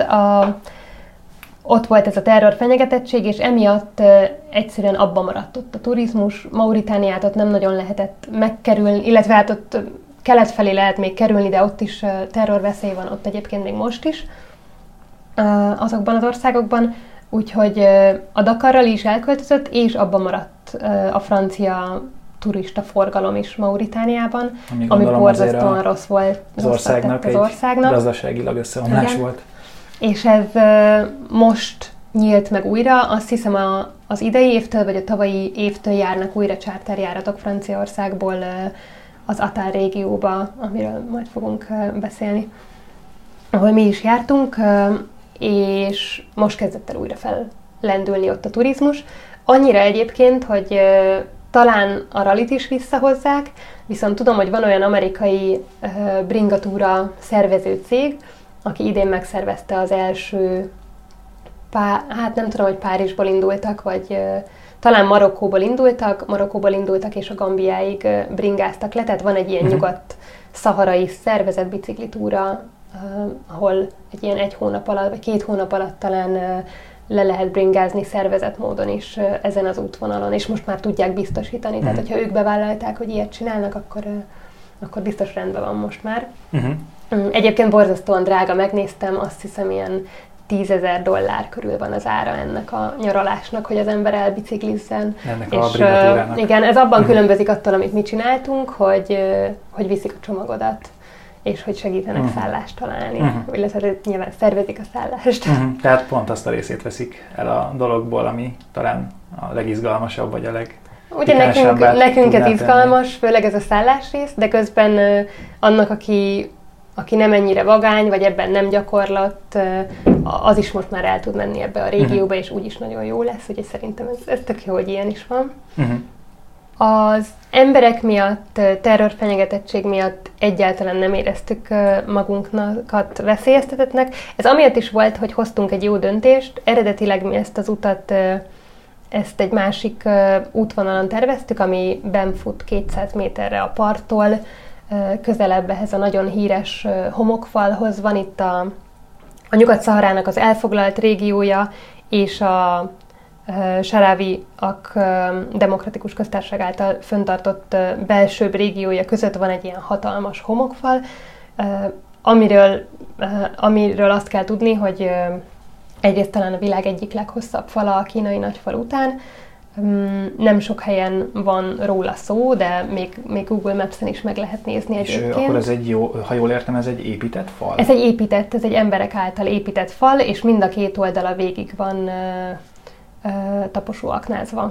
Ott volt ez a terrorfenyegetettség, és emiatt egyszerűen abban maradt ott a turizmus. Mauritániát ott nem nagyon lehetett megkerülni, illetve hát ott kelet felé lehet még kerülni, de ott is terrorveszély van, ott egyébként még most is azokban az országokban. Úgyhogy a Dakarral is elköltözött, és abban maradt a francia turista forgalom is Mauritániában, ami borzasztóan rossz volt az országnak. Gazdaságilag összeomlás volt. És ez most nyílt meg újra. Azt hiszem az idei évtől, vagy a tavalyi évtől járnak újra charterjáratok Franciaországból az Atal régióba, amiről majd fogunk beszélni, ahol mi is jártunk, és most kezdett el újra fellendülni ott a turizmus. Annyira egyébként, hogy talán a rallit is visszahozzák, viszont tudom, hogy van olyan amerikai bringatúra szervező cég, aki idén megszervezte az első, hát nem tudom, hogy Párizsból indultak, vagy talán Marokkóból indultak, és a Gambiáig bringáztak le, tehát van egy ilyen nyugat-szaharai szervezett biciklitúra, ahol egy ilyen 1 hónap alatt, vagy 2 hónap alatt talán le lehet bringázni szervezett módon is ezen az útvonalon, és most már tudják biztosítani. Tehát, hogyha ők bevállalták, hogy ilyet csinálnak, akkor biztos rendben van most már. Egyébként borzasztóan drága, megnéztem, azt hiszem ilyen $10,000 körül van az ára ennek a nyaralásnak, hogy az ember elbiciklizzen. Ennek a bringatúrának. Igen, ez abban különbözik attól, amit mi csináltunk, hogy viszik a csomagodat, és hogy segítenek szállást találni, illetve nyilván szervezik a szállást. Tehát pont azt a részét veszik el a dologból, ami talán a legizgalmasabb, vagy a ugye nekünk ez izgalmas, főleg ez a szállás rész, de közben annak, aki nem ennyire vagány, vagy ebben nem gyakorlott, az is most már el tud menni ebbe a régióba, és úgyis nagyon jó lesz, úgyhogy szerintem ez tök jó, hogy ilyen is van. Az emberek miatt, terrorfenyegetettség miatt egyáltalán nem éreztük magunkat veszélyeztetettnek. Ez amiatt is volt, hogy hoztunk egy jó döntést. Eredetileg mi ezt az utat, ezt egy másik útvonalon terveztük, ami benfut 200 méterre a parttól, közelebb ehhez a nagyon híres homokfalhoz. Van itt a Nyugat-Szaharának az elfoglalt régiója, és a Sahrawiak Demokratikus Köztársaság által fenntartott belsőbb régiója között van egy ilyen hatalmas homokfal, amiről azt kell tudni, hogy egyrészt talán a világ egyik leghosszabb fala a kínai nagyfal után. Nem sok helyen van róla szó, de még Google Maps-en is meg lehet nézni egyébként. És akkor ez ha jól értem, ez egy épített fal? Ez egy emberek által épített fal, és mind a két oldala végig van taposóaknázva.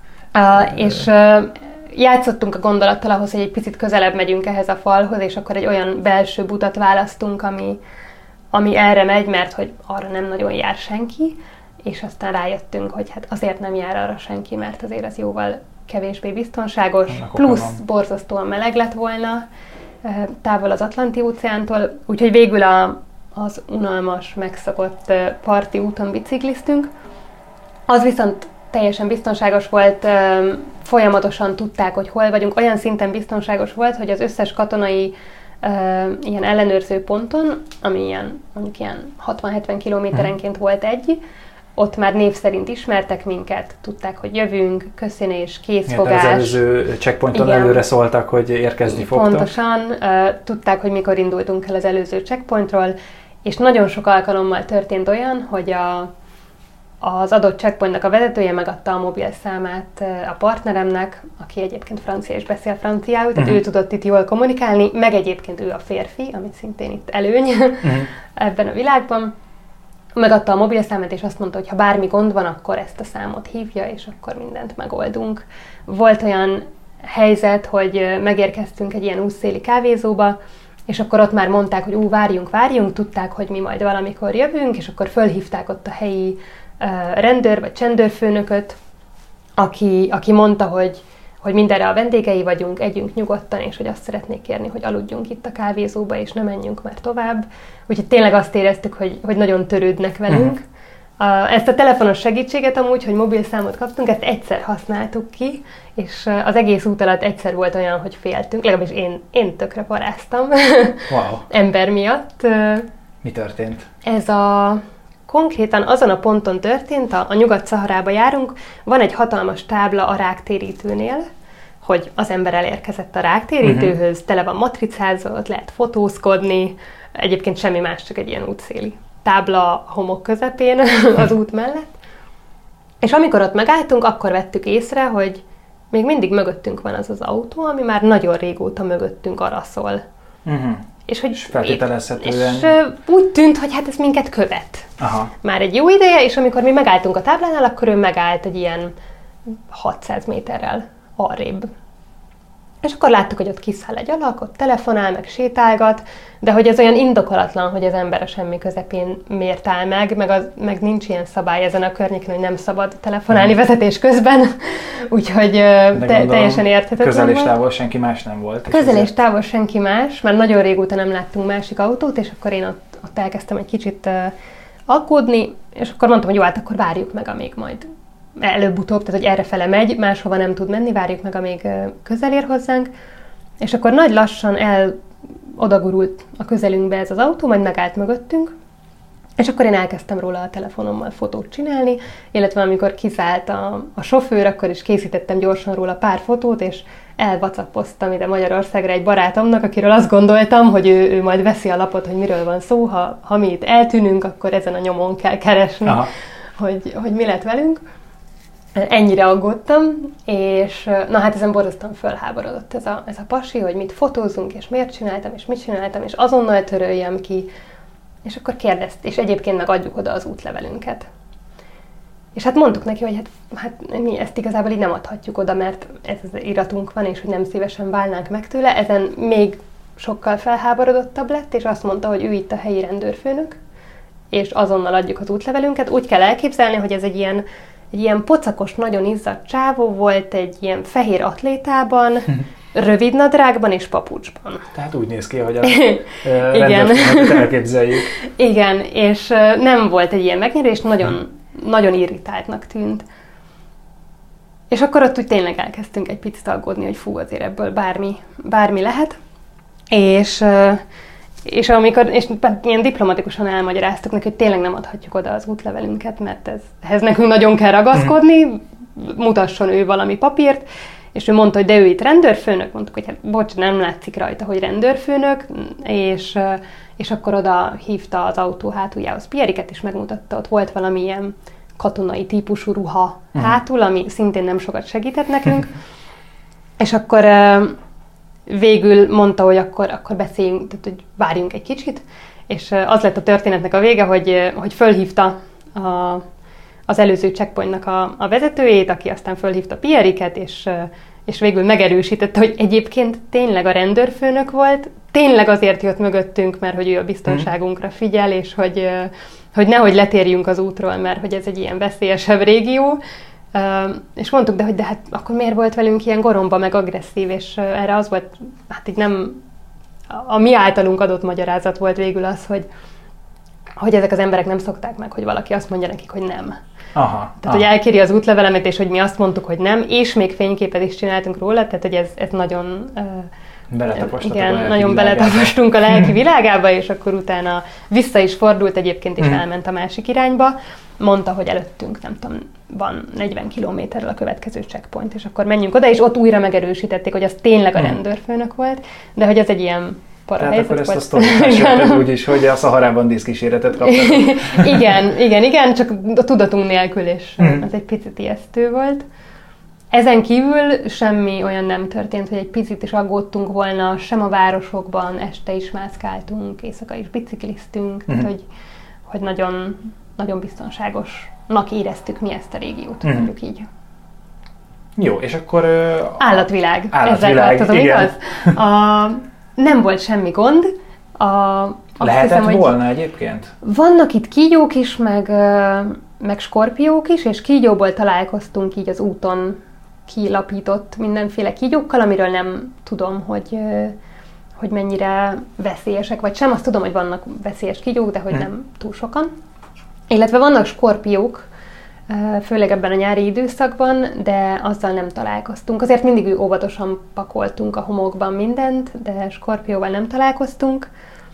És játszottunk a gondolattal ahhoz, hogy egy picit közelebb megyünk ehhez a falhoz, és akkor egy olyan belső utat választunk, ami erre megy, mert hogy arra nem nagyon jár senki, és aztán rájöttünk, hogy hát azért nem jár arra senki, mert azért az jóval kevésbé biztonságos, plusz borzasztóan meleg lett volna, távol az Atlanti-óceántól, úgyhogy végül az unalmas, megszokott parti úton bicikliztünk. Az viszont teljesen biztonságos volt, folyamatosan tudták, hogy hol vagyunk, olyan szinten biztonságos volt, hogy az összes katonai ilyen ellenőrző ponton, ami mondjuk ilyen 60-70 kilométerenként volt egy, ott már név szerint ismertek minket, tudták, hogy jövünk, köszönés, készfogás. Az előző checkpointon előre szóltak, hogy érkezni fogtok. Pontosan, tudták, hogy mikor indultunk el az előző checkpointról, és nagyon sok alkalommal történt olyan, hogy az adott checkpointnak a vezetője megadta a mobilszámát a partneremnek, aki egyébként francia és beszél franciául, tehát ő tudott itt jól kommunikálni, meg egyébként ő a férfi, ami szintén itt előny ebben a világban. Megadta a mobilszámát, és azt mondta, hogy ha bármi gond van, akkor ezt a számot hívja, és akkor mindent megoldunk. Volt olyan helyzet, hogy megérkeztünk egy ilyen útszéli kávézóba, és akkor ott már mondták, hogy várjunk, tudták, hogy mi majd valamikor jövünk, és akkor fölhívták ott a helyi rendőr vagy csendőrfőnököt, aki mondta, hogy mindenre a vendégei vagyunk, együnk nyugodtan, és hogy azt szeretnék kérni, hogy aludjunk itt a kávézóba, és ne menjünk már tovább. Úgyhogy tényleg azt éreztük, hogy nagyon törődnek velünk. Ezt a telefonos segítséget amúgy, hogy mobilszámot kaptunk, ezt egyszer használtuk ki, és az egész út alatt egyszer volt olyan, hogy féltünk, legalábbis én tökre paráztam. Wow. Ember miatt. Mi történt? Ez konkrétan azon a ponton történt, a Nyugat-Szaharába járunk, van egy hatalmas tábla a ráktérítőnél, hogy az ember elérkezett a ráktérítőhöz, tele van matricázva, ott lehet fotózkodni, egyébként semmi más, csak egy ilyen útszéli tábla a homok közepén az út mellett. És amikor ott megálltunk, akkor vettük észre, hogy még mindig mögöttünk van az az autó, ami már nagyon régóta mögöttünk araszol. És hogy feltételezhetően. És úgy tűnt, hogy hát ez minket követ. Aha. Már egy jó ideje, és amikor mi megálltunk a táblánál, akkor ő megállt egy ilyen 600 méterrel arrébb. És akkor láttuk, hogy ott kiszáll egy alak, ott telefonál, meg sétálgat, de hogy ez olyan indokolatlan, hogy az ember a semmi közepén miért áll meg nincs ilyen szabály ezen a környéken, hogy nem szabad telefonálni vezetés közben, úgyhogy teljesen érthetetlen. Közel és távol senki más nem volt. Közel és távol senki más, már nagyon régóta nem láttunk másik autót, és akkor én ott elkezdtem egy kicsit aggódni, és akkor mondtam, hogy jó, hát akkor várjuk meg, amíg majd előbb-utóbb, tehát hogy errefele megy, máshova nem tud menni, várjuk meg, amíg közel ér hozzánk. És akkor nagy lassan odagurult a közelünkbe ez az autó, majd megállt mögöttünk, és akkor én elkezdtem róla a telefonommal fotót csinálni, illetve amikor kiszállt a sofőr, akkor is készítettem gyorsan róla pár fotót, és elvacapoztam ide Magyarországra egy barátomnak, akiről azt gondoltam, hogy ő majd veszi a lapot, hogy miről van szó, ha mi itt eltűnünk, akkor ezen a nyomon kell keresni, hogy mi lett velünk. Ennyire aggódtam, és na hát ezen borzasztóan fölháborodott ez a pasi, hogy mit fotózunk, és miért csináltam, és mit csináltam, és azonnal töröljem ki. És akkor kérdezt, és egyébként meg adjuk oda az útlevelünket. És hát mondtuk neki, hogy hát mi ezt igazából így nem adhatjuk oda, mert ez az iratunk van, és hogy nem szívesen válnánk meg tőle. Ezen még sokkal felháborodottabb lett, és azt mondta, hogy ő itt a helyi rendőrfőnök, és azonnal adjuk az útlevelünket. Úgy kell elképzelni, hogy ez egy ilyen pocakos, nagyon izzadt csávó volt, egy ilyen fehér atlétában, rövid nadrágban és papucsban. Tehát úgy néz ki, hogy a rendőrfőnöket elképzeljük. Igen, és nem volt egy ilyen megnyerő, és nagyon, nagyon irritáltnak tűnt. És akkor ott úgy tényleg elkezdtünk egy picit aggódni, hogy fú, azért ebből bármi lehet. És amikor ilyen diplomatikusan elmagyaráztuk neki, hogy tényleg nem adhatjuk oda az útlevelünket, mert ehhez nekünk nagyon kell ragaszkodni, mutasson ő valami papírt, és ő mondta, hogy de ő itt rendőrfőnök, mondtuk, hogy hát bocs, nem látszik rajta, hogy rendőrfőnök, és akkor oda hívta az autó hátuljához Pieriket, és megmutatta, ott volt valami ilyen katonai típusú ruha hátul, ami szintén nem sokat segített nekünk, és akkor végül mondta, hogy akkor beszéljünk, tehát hogy várjunk egy kicsit, és az lett a történetnek a vége, hogy fölhívta az előző checkpointnak a vezetőjét, aki aztán fölhívta Pieriket, és végül megerősítette, hogy egyébként tényleg a rendőrfőnök volt, tényleg azért jött mögöttünk, mert hogy ő a biztonságunkra figyel, és hogy nehogy letérjünk az útról, mert hogy ez egy ilyen veszélyesebb régió. És mondtuk, de hát akkor miért volt velünk ilyen goromba, meg agresszív, és erre az volt, hát így nem, a mi általunk adott magyarázat volt végül az, hogy ezek az emberek nem szokták meg, hogy valaki azt mondja nekik, hogy nem. Tehát, hogy elkéri az útlevelemet, és hogy mi azt mondtuk, hogy nem, és még fényképet is csináltunk róla, tehát, hogy ez nagyon... nagyon beletapostunk a lelki világába, és akkor utána vissza is fordult egyébként, és elment a másik irányba. Mondta, hogy előttünk, nem tudom, van 40 kilométerrel a következő checkpoint, és akkor menjünk oda, és ott újra megerősítették, hogy az tényleg a rendőrfőnök volt, de hogy ez egy ilyen tehát akkor ezt a sztorit mesélted úgy is, hogy a Szaharában díszkíséretet kaptatok. igen, csak a tudatunk nélkül, és ez egy picit ijesztő volt. Ezen kívül semmi olyan nem történt, hogy egy picit is aggódtunk volna, sem a városokban, este is mászkáltunk, éjszaka is bicikliztünk, tehát hogy nagyon, nagyon biztonságosnak éreztük mi ezt a régiót, mondjuk így. Jó, és akkor... Állatvilág. Ezzel tartozom, igaz? Nem volt semmi gond. Lehetett volna egyébként? Vannak itt kígyók is, meg skorpiók is, és kígyóból találkoztunk így az úton kilapított mindenféle kígyókkal, amiről nem tudom, hogy mennyire veszélyesek, vagy sem. Azt tudom, hogy vannak veszélyes kígyók, de hogy nem túl sokan. Illetve vannak skorpiók, főleg ebben a nyári időszakban, de azzal nem találkoztunk. Azért mindig óvatosan pakoltunk a homokban mindent, de skorpióval nem találkoztunk.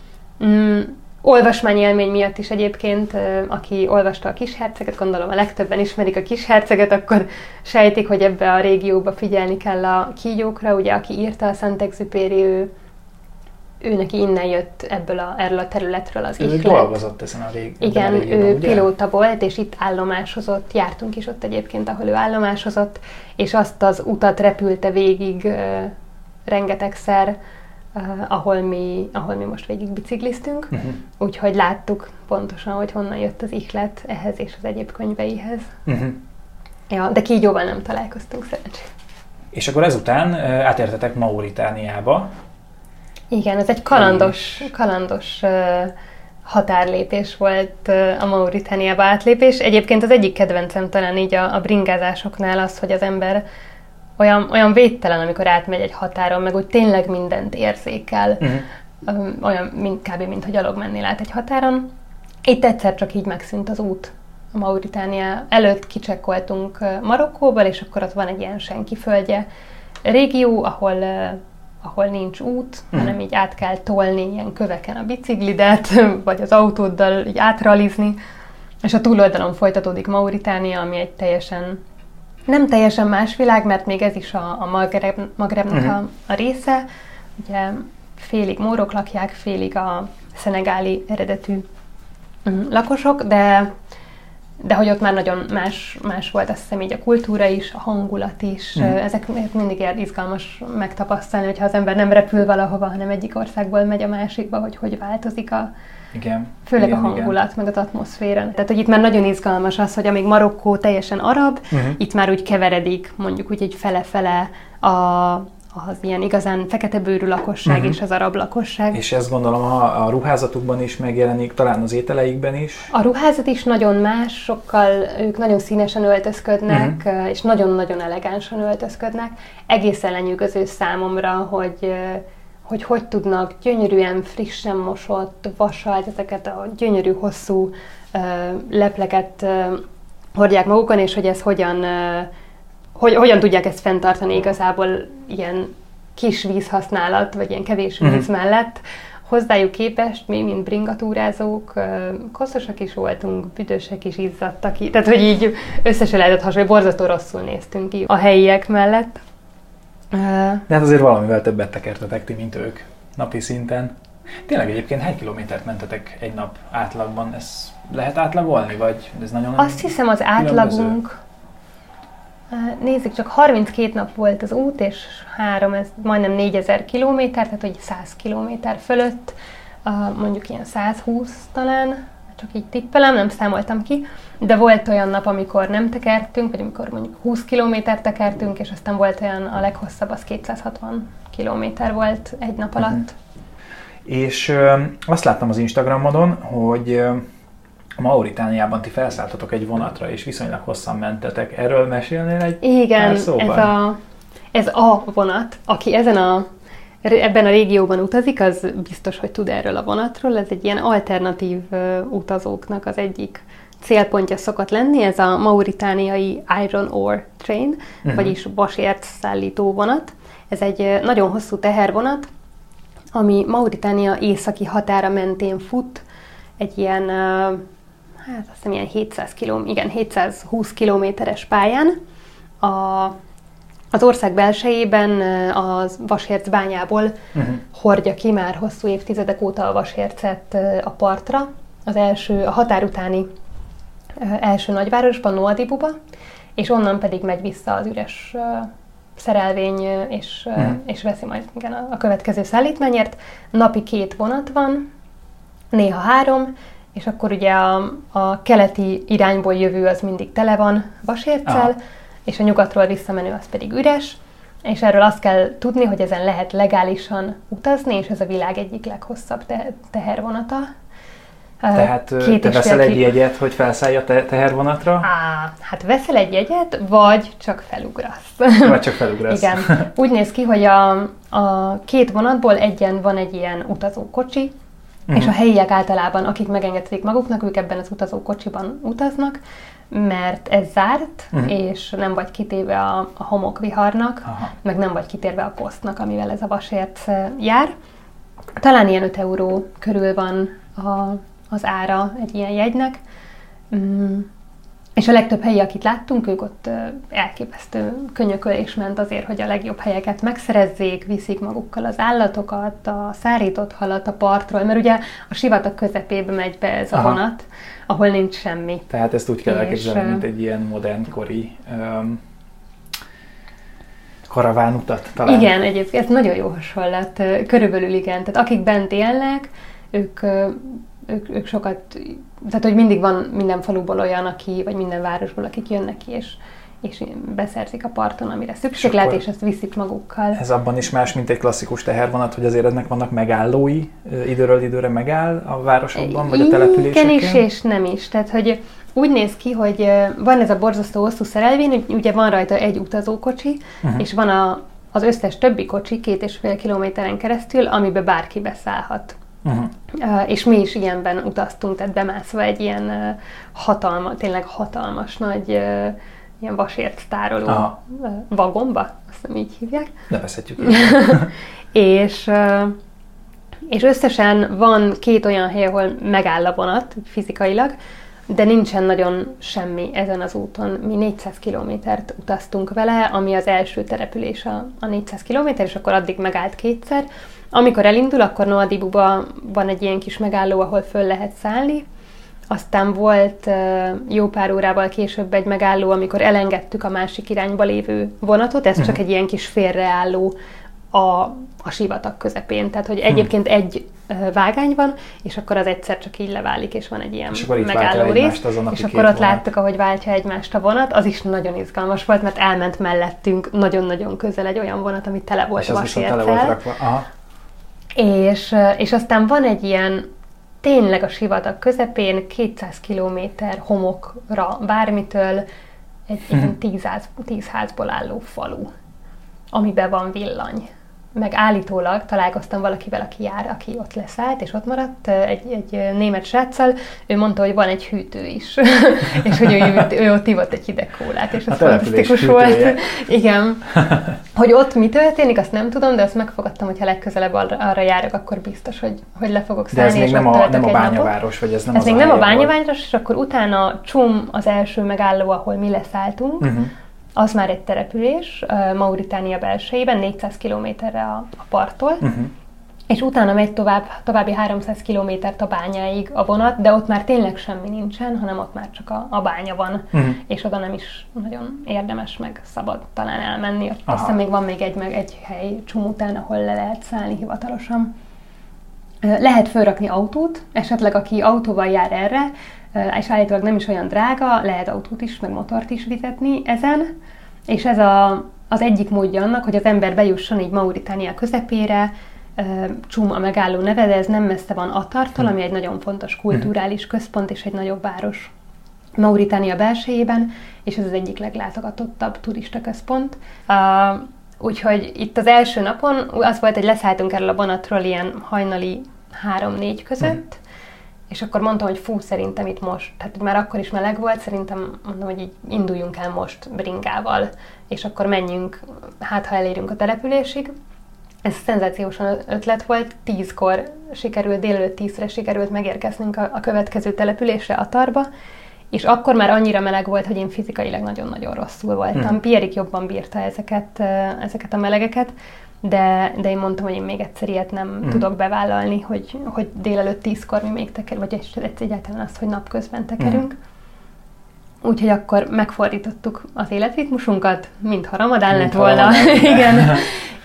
Olvasmányélmény miatt is egyébként, aki olvasta a Kisherceget, gondolom a legtöbben ismerik a Kisherceget, akkor sejtik, hogy ebbe a régióba figyelni kell a kígyókra. Ugye, aki írta a Saint-Exupéry, ő neki innen jött erről a területről az ihlet. Ő dolgozott ezen a régióban. Igen, ő pilóta volt, és itt állomásozott, jártunk is ott egyébként, ahol ő állomásozott, és azt az utat repülte végig rengetegszer, ahol mi most végig bicikliztünk, úgyhogy láttuk pontosan, hogy honnan jött az ihlet ehhez és az egyéb könyveihez. Ja, de kígyóval nem találkoztunk, szerencsére. És akkor átértetek Mauritániába. Igen, ez egy kalandos határlépés volt a Mauritániába átlépés. Egyébként az egyik kedvencem talán így a bringázásoknál az, hogy az ember olyan védtelen, amikor átmegy egy határon, meg úgy tényleg mindent érzékel. Olyan kb. Mint hogy gyalog mennél át egy határon. Itt egyszer csak így megszűnt az út. A Mauritánia előtt kicsekkoltunk Marokkóval, és akkor ott van egy ilyen senki földje régió, ahol nincs út, hanem így át kell tolni ilyen köveken a biciklidet, vagy az autóddal így átralizni, és a túloldalon folytatódik Mauritánia, ami egy nem teljesen más világ, mert még ez is a Magrebnek a része. Ugye félig mórok lakják, félig a szenegáli eredetű lakosok, de hogy ott már nagyon más volt, azt hiszem így a kultúra is, a hangulat is. Ezek mindig ilyen izgalmas megtapasztalni, hogyha az ember nem repül valahova, hanem egyik országból megy a másikba, hogy változik főleg a hangulat, meg az atmoszféra. Tehát, hogy itt már nagyon izgalmas az, hogy amíg Marokkó teljesen arab, itt már úgy keveredik, mondjuk úgy egy fele-fele az ilyen igazán feketebőrű lakosság és az arab lakosság. És ezt gondolom a ruházatukban is megjelenik, talán az ételeikben is. A ruházat is nagyon más, sokkal ők nagyon színesen öltözködnek, és nagyon-nagyon elegánsan öltözködnek. Egészen lenyűgöző számomra, hogy tudnak gyönyörűen, frissen mosott vasalt, ezeket a gyönyörű, hosszú lepleket hordják magukon, és hogy ez hogyan tudják ezt fenntartani igazából ilyen kis vízhasználat, vagy ilyen kevés víz mellett. Hozzájuk képest mi, mint bringatúrázók, koszosak is voltunk, büdösek is, izzadtak ki. Tehát, hogy így összesen lehetett hasonlítani, borzasztó rosszul néztünk ki a helyiek mellett. De hát azért valamivel többet tekertetek ti, mint ők napi szinten. Tényleg egyébként hány kilométert mentetek egy nap átlagban? Ez lehet átlagolni, vagy ez nagyon Azt hiszem az átlagunk, nézzük, csak 32 nap volt az út, és ez majdnem 4000 kilométer, tehát hogy 100 kilométer fölött, mondjuk ilyen 120 talán, csak így tippelem, nem számoltam ki, de volt olyan nap, amikor nem tekertünk, vagy amikor mondjuk 20 kilométert tekertünk, és aztán volt olyan, a leghosszabb, az 260 kilométer volt egy nap alatt. És azt láttam az Instagramodon, hogy Mauritániában ti felszálltatok egy vonatra, és viszonylag hosszan mentetek. Erről mesélnél pár szóban? Igen, ez a vonat, aki ebben a régióban utazik, az biztos, hogy tud erről a vonatról. Ez egy ilyen alternatív utazóknak az egyik célpontja szokott lenni, ez a mauritániai Iron Ore Train, vagyis vasért szállító vonat. Ez egy nagyon hosszú tehervonat, ami Mauritánia északi határa mentén fut, egy ilyen, azt hiszem ilyen 720 kilométeres pályán. Az ország belsejében a vasércbányából hordja ki már hosszú évtizedek óta a vasércet a partra. A határ utáni első nagyvárosban, Nouadhibouba, és onnan pedig megy vissza az üres szerelvény, és veszi majd a következő szállítmányért. Napi 2 vonat van, néha 3, és akkor ugye a keleti irányból jövő az mindig tele van vasérccel, és a nyugatról visszamenő az pedig üres, és erről azt kell tudni, hogy ezen lehet legálisan utazni, és ez a világ egyik leghosszabb tehervonata. Tehát te veszel egy jegyet, hogy felszállj a tehervonatra? Hát veszel egy jegyet, vagy csak felugrasz. Vagy csak felugrasz. Igen. Úgy néz ki, hogy a 2 vonatból egyen van egy ilyen utazókocsi, és a helyiek általában, akik megengedik maguknak, ők ebben az utazókocsiban utaznak, mert ez zárt, és nem vagy kitéve a homokviharnak, meg nem vagy kitérve a kosztnak, amivel ez a vasért jár. Talán ilyen 5 euró körül van az ára egy ilyen jegynek, És a legtöbb helyi, akit láttunk, ők ott elképesztő könyökölés ment azért, hogy a legjobb helyeket megszerezzék, viszik magukkal az állatokat, a szárított halat a partról, mert ugye a sivatag közepébe megy be ez a vonat, ahol nincs semmi. Tehát ezt úgy kell elképzelni, mint egy ilyen modernkori karavánutat talán. Igen, egyébként ez nagyon jó hasonlat. Körülbelül igen. Tehát akik bent élnek, ők sokat, tehát hogy mindig van minden faluból olyan, vagy minden városból, akik jönnek ki, és beszerzik a parton, amire szükség lehet, és ezt viszik magukkal. Ez abban is más, mint egy klasszikus tehervonat, hogy azért ennek vannak megállói, időről időre megáll a városokban, vagy a településeken? Igen is, és nem is. Tehát, hogy úgy néz ki, hogy van ez a borzasztó hosszú szerelvény, hogy ugye van rajta egy utazókocsi, és van az összes többi kocsi 2,5 kilométeren keresztül, amiben bárki beszállhat. És mi is ilyenben utaztunk, tehát bemászva egy ilyen tényleg hatalmas nagy ilyen vasért tároló vagomba, azt hiszem így hívják. Nevezhetjük így. És összesen van 2 olyan hely, ahol megáll a vonat fizikailag, de nincsen nagyon semmi ezen az úton. Mi 400 kilométert utaztunk vele, ami az első település a 400 kilométer, és akkor addig megállt 2-szer. Amikor elindul, akkor Nouadhibouban van egy ilyen kis megálló, ahol föl lehet szállni. Aztán volt jó pár órával később egy megálló, amikor elengedtük a másik irányba lévő vonatot. Ez csak egy ilyen kis félreálló a sivatag közepén. Tehát, hogy egyébként egy vágány van, és akkor az egyszer csak így leválik, és van egy ilyen megálló rész. És akkor ott láttuk, ahogy váltja egymást a vonat. Az is nagyon izgalmas volt, mert elment mellettünk nagyon-nagyon közel egy olyan vonat, ami tele volt vasérccel. És aztán van egy ilyen, tényleg a sivatag közepén, 200 kilométer homokra bármitől egy ilyen 10 házból álló falu, amiben van villany. Meg állítólag találkoztam valakivel, aki ott leszállt, és ott maradt, egy német sráccal, ő mondta, hogy van egy hűtő is, és hogy ő ott ivott egy hideg kólát, és ez fantasztikus volt. Igen. Hogy ott mi történik, azt nem tudom, de azt megfogadtam, hogy ha legközelebb arra járok, akkor biztos, hogy le fogok szállni. De ez még nem a bányaváros, vagy ez nem ez az még nem a bányaváros, és akkor utána Csum az első megálló, ahol mi leszálltunk. Az már egy település, Mauritánia belsejében, 400 kilométerre a parttól, és utána megy további 300 kilométert a bányáig a vonat, de ott már tényleg semmi nincsen, hanem ott már csak a bánya van, és oda nem is nagyon érdemes, meg szabad talán elmenni. Aztán még van egy hely Csum után, ahol le lehet szállni hivatalosan. Lehet fölrakni autót, esetleg aki autóval jár erre, és állítólag nem is olyan drága, lehet autót is, meg motort is vizetni ezen, és ez az egyik módja annak, hogy az ember bejusson így Mauritánia közepére, Csum a megálló neve, de ez nem messze van Attartól, ami egy nagyon fontos kulturális központ és egy nagyobb város Mauritánia belsejében, és ez az egyik leglátogatottabb turista központ. Úgyhogy itt az első napon az volt, hogy leszálltunk erről a vonatról ilyen hajnali 3-4 között, és akkor mondtam, hogy szerintem itt most, tehát már akkor is meleg volt, szerintem mondom, hogy így induljunk el most bringával, és akkor menjünk, hát ha elérünk a településig. Ez szenzációs ötlet volt, 10-kor sikerült, délelőtt 10-re sikerült megérkeznünk a következő településre, Attarba, és akkor már annyira meleg volt, hogy én fizikailag nagyon-nagyon rosszul voltam. Pierik jobban bírta ezeket a melegeket, de én mondtam, hogy én még egyszer ilyet nem tudok bevállalni, hogy délelőtt 10-kor mi még tekerünk, vagy egyáltalán azt, hogy napközben tekerünk. Úgyhogy akkor megfordítottuk az életritmusunkat, mintha ramadán lett volna. Igen.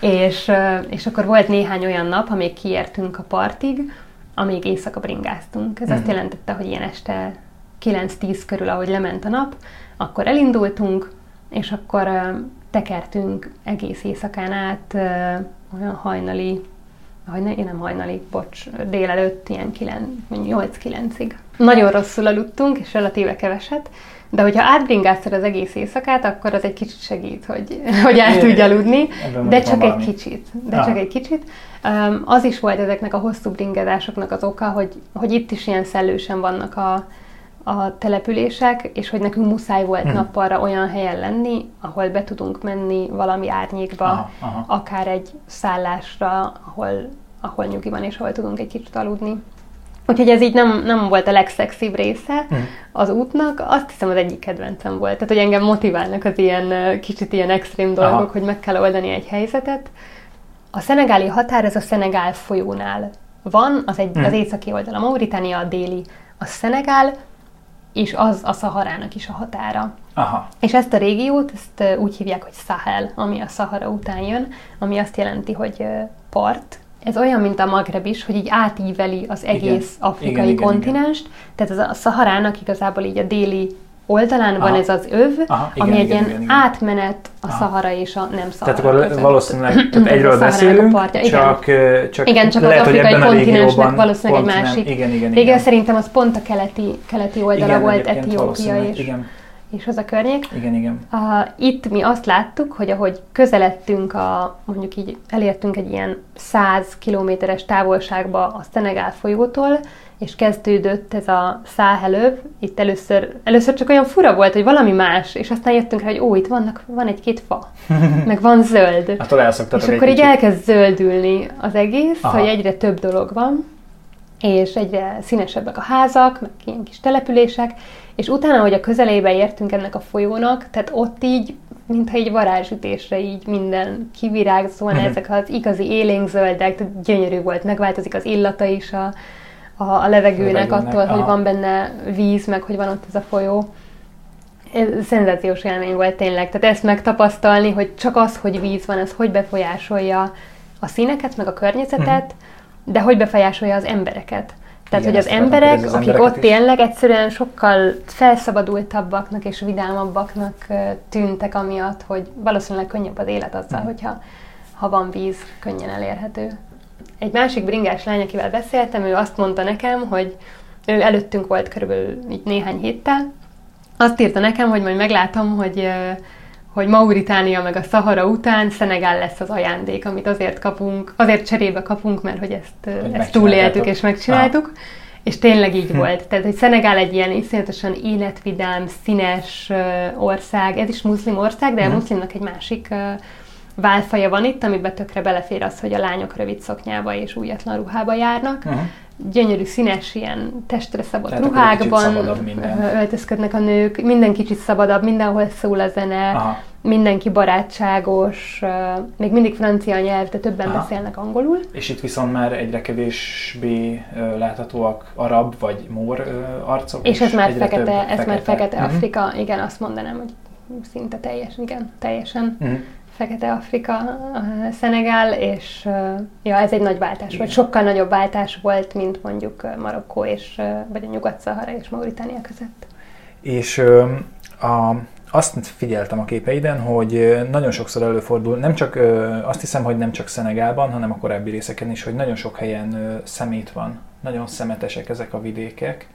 És akkor volt néhány olyan nap, amíg kiértünk a partig, amíg éjszaka bringáztunk. Ez azt jelentette, hogy ilyen este 9-10 körül, ahogy lement a nap, akkor elindultunk, és akkor tekertünk egész éjszakán át, olyan délelőtt ilyen 8-9-ig. Nagyon rosszul aludtunk, és relatíve keveset, de hogyha átbringáztad az egész éjszakát, akkor az egy kicsit segít, hogy át tudj aludni, de csak egy kicsit. Az is volt ezeknek a hosszú bringázásoknak az oka, hogy itt is ilyen szellősen vannak a települések, és hogy nekünk muszáj volt nappalra olyan helyen lenni, ahol be tudunk menni valami árnyékba, akár egy szállásra, ahol nyugi van, és ahol tudunk egy kicsit aludni. Úgyhogy ez így nem volt a legszexibb része az útnak, azt hiszem az egyik kedvencem volt. Tehát, hogy engem motiválnak az ilyen kicsit ilyen extrém dolgok, hogy meg kell oldani egy helyzetet. A szenegáli határ, ez a Szenegál folyónál van, az északi oldal a Mauritánia, a déli a Szenegál, és az a Szaharának is a határa. Aha. És ezt a régiót, ezt úgy hívják, hogy Sahel, ami a Szahara után jön, ami azt jelenti, hogy part. Ez olyan, mint a Magreb is, hogy így átíveli az egész afrikai kontinenst. Tehát a Szaharának igazából így a déli oldalán van ez az öv, ami egy ilyen átmenet a Szahara és a nem Szahara. Tehát akkor valószínűleg egyről beszélünk, csak csak lehet, az afrikai kontinensnek valószínűleg egy másik. Igen. Szerintem az pont a keleti oldala volt, Etiópia és az a környék. Igen. Itt mi azt láttuk, hogy ahogy közeledtünk, mondjuk így elértünk egy ilyen 100 kilométeres távolságba a Szenegál folyótól, és kezdődött ez a Száhelöv, itt először csak olyan fura volt, hogy valami más, és aztán jöttünk rá, hogy itt van egy-két fa, meg van zöld. És akkor így elkezd zöldülni az egész, hogy egyre több dolog van, és egyre színesebbek a házak, meg ilyen kis települések, és utána, hogy a közelébe értünk ennek a folyónak, tehát ott így, mintha így varázsütésre így minden kivirágzóan, ezek az igazi élénkzöldek, tehát gyönyörű volt, megváltozik az illata is a levegőnek attól, hogy van benne víz, meg hogy van ott ez a folyó. Ez szenzációs élmény volt tényleg, tehát ezt megtapasztalni, hogy csak az, hogy víz van, ez hogy befolyásolja a színeket, meg a környezetet, de hogy befolyásolja az embereket. Tehát, igen, hogy az emberek, akik ott tényleg egyszerűen sokkal felszabadultabbaknak és vidámabbaknak tűntek amiatt, hogy valószínűleg könnyebb az élet azzal, hogyha van víz, könnyen elérhető. Egy másik bringás lány, akivel beszéltem, ő azt mondta nekem, hogy ő előttünk volt körülbelül így néhány héttel. Azt írta nekem, hogy majd meglátom, hogy Mauritánia meg a Szahara után Szenegál lesz az ajándék, amit azért cserébe kapunk, mert hogy ezt túléltük és megcsináltuk. És tényleg így volt. Tehát, hogy Szenegál egy ilyen iszonyatosan életvidám, színes ország, ez is muszlim ország, de a muszlimnak egy másik válfaja van itt, amiben tökre belefér az, hogy a lányok rövid szoknyába és újatlan ruhába járnak. Gyönyörű, színes, ilyen testre szabott tehát ruhákban öltözködnek a nők, minden kicsit szabadabb, mindenhol szól a zene, mindenki barátságos, még mindig francia nyelv, de többen beszélnek angolul. És itt viszont már egyre kevésbé láthatóak arab vagy mór arcok. És ez már fekete Afrika, igen, azt mondanám, hogy szinte teljesen. Fekete Afrika, Szenegál, és ez egy nagy váltás volt. Sokkal nagyobb váltás volt, mint mondjuk Marokkó vagy a Nyugat-Szahara és Mauritánia között. És azt figyeltem a képeiden, hogy nagyon sokszor előfordul, azt hiszem, hogy nem csak Szenegálban, hanem a korábbi részeken is, hogy nagyon sok helyen szemét van. Nagyon szemetesek ezek a vidékek.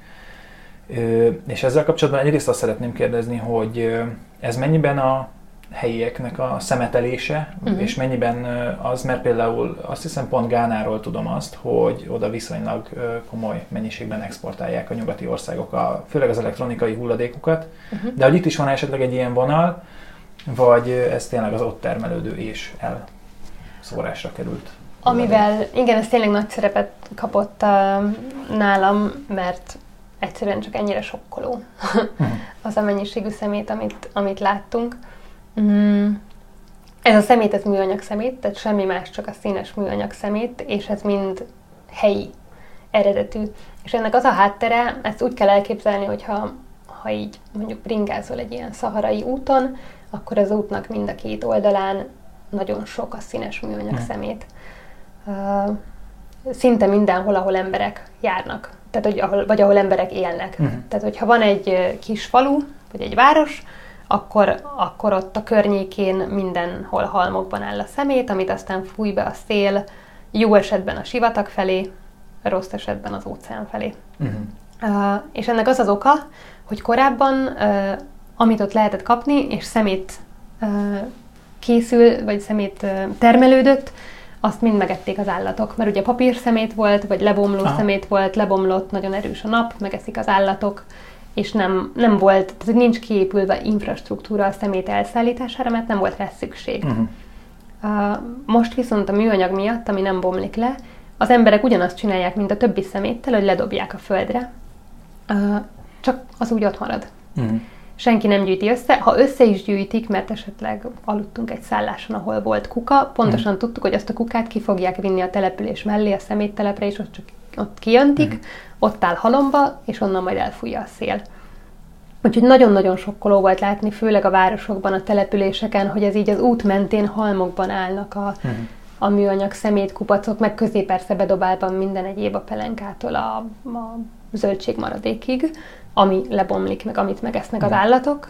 És ezzel kapcsolatban egyrészt azt szeretném kérdezni, hogy ez mennyiben a helyieknek a szemetelése, és mennyiben az, mert például azt hiszem pont Gánáról tudom azt, hogy oda viszonylag komoly mennyiségben exportálják a nyugati országok, főleg az elektronikai hulladékukat, de hogy itt is van esetleg egy ilyen vonal, vagy ez tényleg az ott termelődő és elszórásra került? Amivel, igen, ez tényleg nagy szerepet kapott nálam, mert egyszerűen csak ennyire sokkoló az a mennyiségű szemét, amit láttunk. Ez a szemét, ez műanyag szemét, tehát semmi más, csak a színes műanyag szemét, és ez mind helyi eredetű. És ennek az a háttere, ezt úgy kell elképzelni, hogy ha így mondjuk bringázol egy ilyen szaharai úton, akkor az útnak mind a két oldalán nagyon sok a színes műanyag szemét. Szinte mindenhol, ahol emberek járnak, tehát, ahol emberek élnek. Tehát, hogyha van egy kis falu, vagy egy város, akkor ott a környékén mindenhol halmokban áll a szemét, amit aztán fúj be a szél, jó esetben a sivatag felé, rossz esetben az óceán felé. És ennek az az oka, hogy korábban, amit ott lehetett kapni, és szemét készül, vagy szemét termelődött, azt mind megették az állatok. Mert ugye papírszemét volt, vagy lebomló szemét volt, lebomlott, nagyon erős a nap, megeszik az állatok, és nem volt, tehát nincs kiépülve infrastruktúra a szemét elszállítására, mert nem volt rá szükség. Most viszont a műanyag miatt, ami nem bomlik le, az emberek ugyanazt csinálják, mint a többi szeméttel, hogy ledobják a földre, csak az úgy ott marad. Senki nem gyűjti össze. Ha össze is gyűjtik, mert esetleg aludtunk egy szálláson, ahol volt kuka, pontosan tudtuk, hogy azt a kukát ki fogják vinni a település mellé, a szeméttelepre, és ott kijöntik, ott áll halomba, és onnan majd elfújja a szél. Úgyhogy nagyon-nagyon sokkoló volt látni, főleg a városokban, a településeken, hogy ez így az út mentén halmokban állnak a műanyag szemétkupacok, meg közé persze bedobálban minden egyéb, a pelenkától a zöldségmaradékig, ami lebomlik, meg amit megesznek az állatok,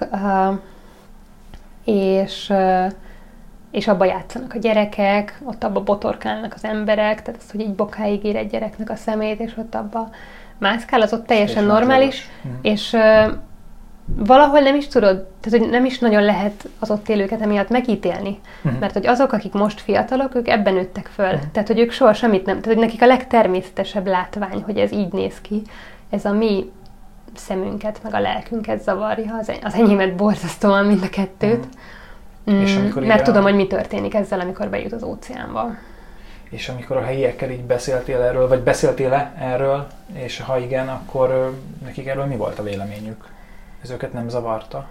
és abba játszanak a gyerekek, ott abba botorkálnak az emberek, tehát az, hogy így bokáig ér egy gyereknek a szemét, és ott abba mászkál, az ott teljesen normális, és valahol nem is tudod, tehát hogy nem is nagyon lehet az ott élőket emiatt megítélni, mert hogy azok, akik most fiatalok, ők ebben nőttek föl, tehát hogy ők soha semmit nem, tehát hogy nekik a legtermészetesebb látvány, hogy ez így néz ki, ez a mi szemünket, meg a lelkünket zavarja, az enyémet borzasztóan mind a kettőt, mert tudom, hogy mi történik ezzel, amikor bejut az óceánba. És amikor a helyiekkel így beszéltél erről, vagy beszéltél-e erről, és ha igen, akkor nekik erről mi volt a véleményük? Ez őket nem zavarta?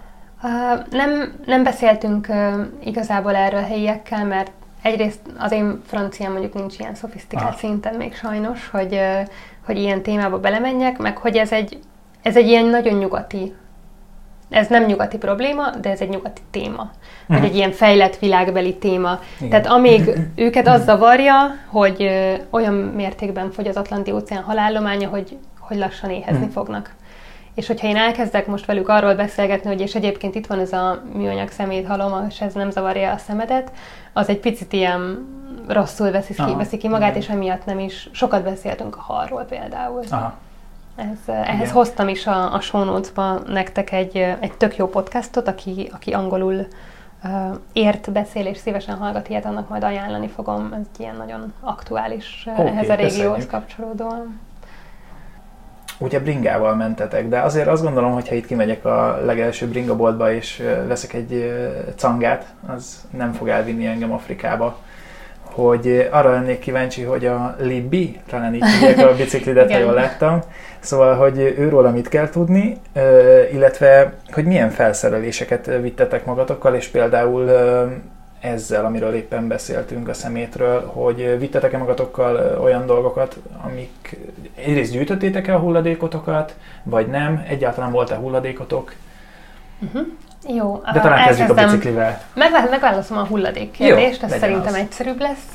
Nem beszéltünk igazából erről a helyiekkel, mert egyrészt az én franciám mondjuk nincs ilyen szofisztikált szinten még sajnos, hogy ilyen témába belemenjek, meg hogy ez egy ilyen nagyon nyugati, ez nem nyugati probléma, de ez egy nyugati téma. Vagy egy ilyen fejlett világbeli téma. Igen. Tehát amíg őket az zavarja, hogy olyan mértékben fogy az Atlanti-óceán halállománya, hogy lassan éhezni fognak. És hogyha én elkezdek most velük arról beszélgetni, hogy és egyébként itt van ez a műanyag szeméthalom, és ez nem zavarja a szemedet, az egy picit ilyen rosszul veszi ki magát, és emiatt nem is sokat beszéltünk a halról például. Aha. Ehhez hoztam is a show notes-ba nektek egy tök jó podcastot, aki angolul ért, beszél és szívesen hallgat ilyet, annak majd ajánlani fogom. Ez ilyen nagyon aktuális ehhez a régióhoz kapcsolódóan. Ugye bringával mentetek, de azért azt gondolom, hogy ha itt kimegyek a legelső bringaboltba és veszek egy cangát, az nem fog elvinni engem Afrikába. Hogy arra lennék kíváncsi, hogy a Libby, talán így hívják a biciklidet, ha jól láttam. Szóval, hogy őról mit kell tudni, illetve, hogy milyen felszereléseket vittetek magatokkal, és például ezzel, amiről éppen beszéltünk, a szemétről, hogy vittetek-e magatokkal olyan dolgokat, amik egyrészt gyűjtöttétek-e a hulladékotokat, vagy nem, egyáltalán volt-e hulladékotok? Jó, de talán kezdjük a biciklivel. Megválaszolom a hulladék kérdést, ez szerintem egyszerűbb lesz.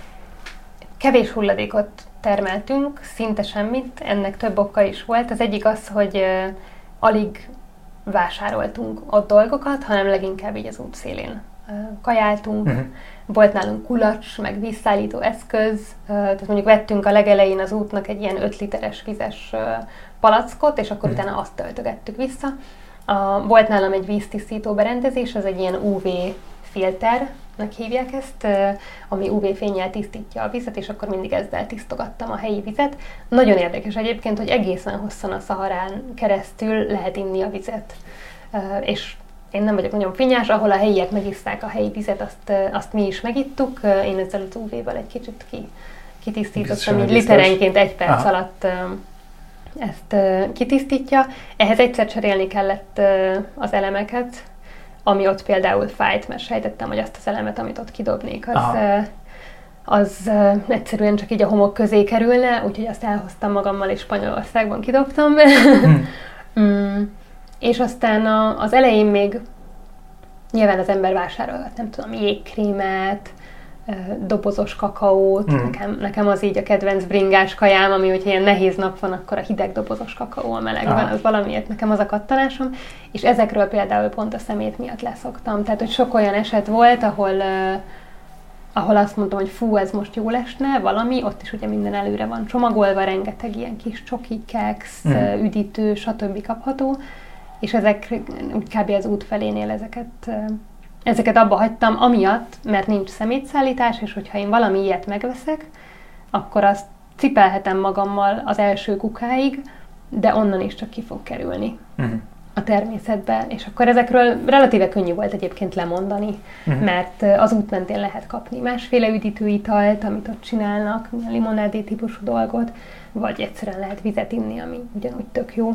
Kevés hulladékot termeltünk, szinte semmit, ennek több oka is volt. Az egyik az, hogy alig vásároltunk ott dolgokat, hanem leginkább így az útszélén kajáltunk. Volt nálunk kulacs, meg vízszállító eszköz, tehát mondjuk vettünk a legelején az útnak egy ilyen 5 literes vizes palackot, és akkor utána azt töltögettük vissza. Volt nálam egy víztisztító berendezés, az egy ilyen UV filternek hívják ezt, ami UV fénnyel tisztítja a vizet, és akkor mindig ezzel tisztogattam a helyi vizet. Nagyon érdekes egyébként, hogy egészen hosszan a Szaharán keresztül lehet inni a vizet. És én nem vagyok nagyon finnyás, ahol a helyiek megisszák a helyi vizet, azt mi is megittuk. Én ezzel az UV-val egy kicsit kitisztítottam, így literenként 1 perc alatt ezt kitisztítja. Ehhez egyszer cserélni kellett az elemeket, ami ott például fájt, mert sejtettem, hogy azt az elemet, amit ott kidobnék, az egyszerűen csak így a homok közé kerülne, úgyhogy azt elhoztam magammal, és Spanyolországban kidobtam. És aztán az elején még nyilván az ember vásárolgat, nem tudom, jégkrémet, dobozos kakaót, nekem az így a kedvenc bringás kajám, ami hogyha ilyen nehéz nap van, akkor a hideg dobozos kakaó a melegben, az valamiért nekem az a kattanásom, és ezekről például pont a szemét miatt leszoktam. Tehát, hogy sok olyan eset volt, ahol azt mondtam, hogy fú, ez most jól esne, valami, ott is ugye minden előre van csomagolva, rengeteg ilyen kis csoki, keksz, üdítő, stb. Kapható, és ezek úgy kb. Az út felénél ezeket abba hagytam, amiatt, mert nincs szemétszállítás, és hogyha én valami ilyet megveszek, akkor azt cipelhetem magammal az első kukáig, de onnan is csak ki fog kerülni. a természetbe, és akkor ezekről relatíve könnyű volt egyébként lemondani, mert az út mentén lehet kapni másféle üdítőitalt, amit ott csinálnak, milyen limonádé típusú dolgot, vagy egyszerűen lehet vizet inni, ami ugyanúgy tök jó.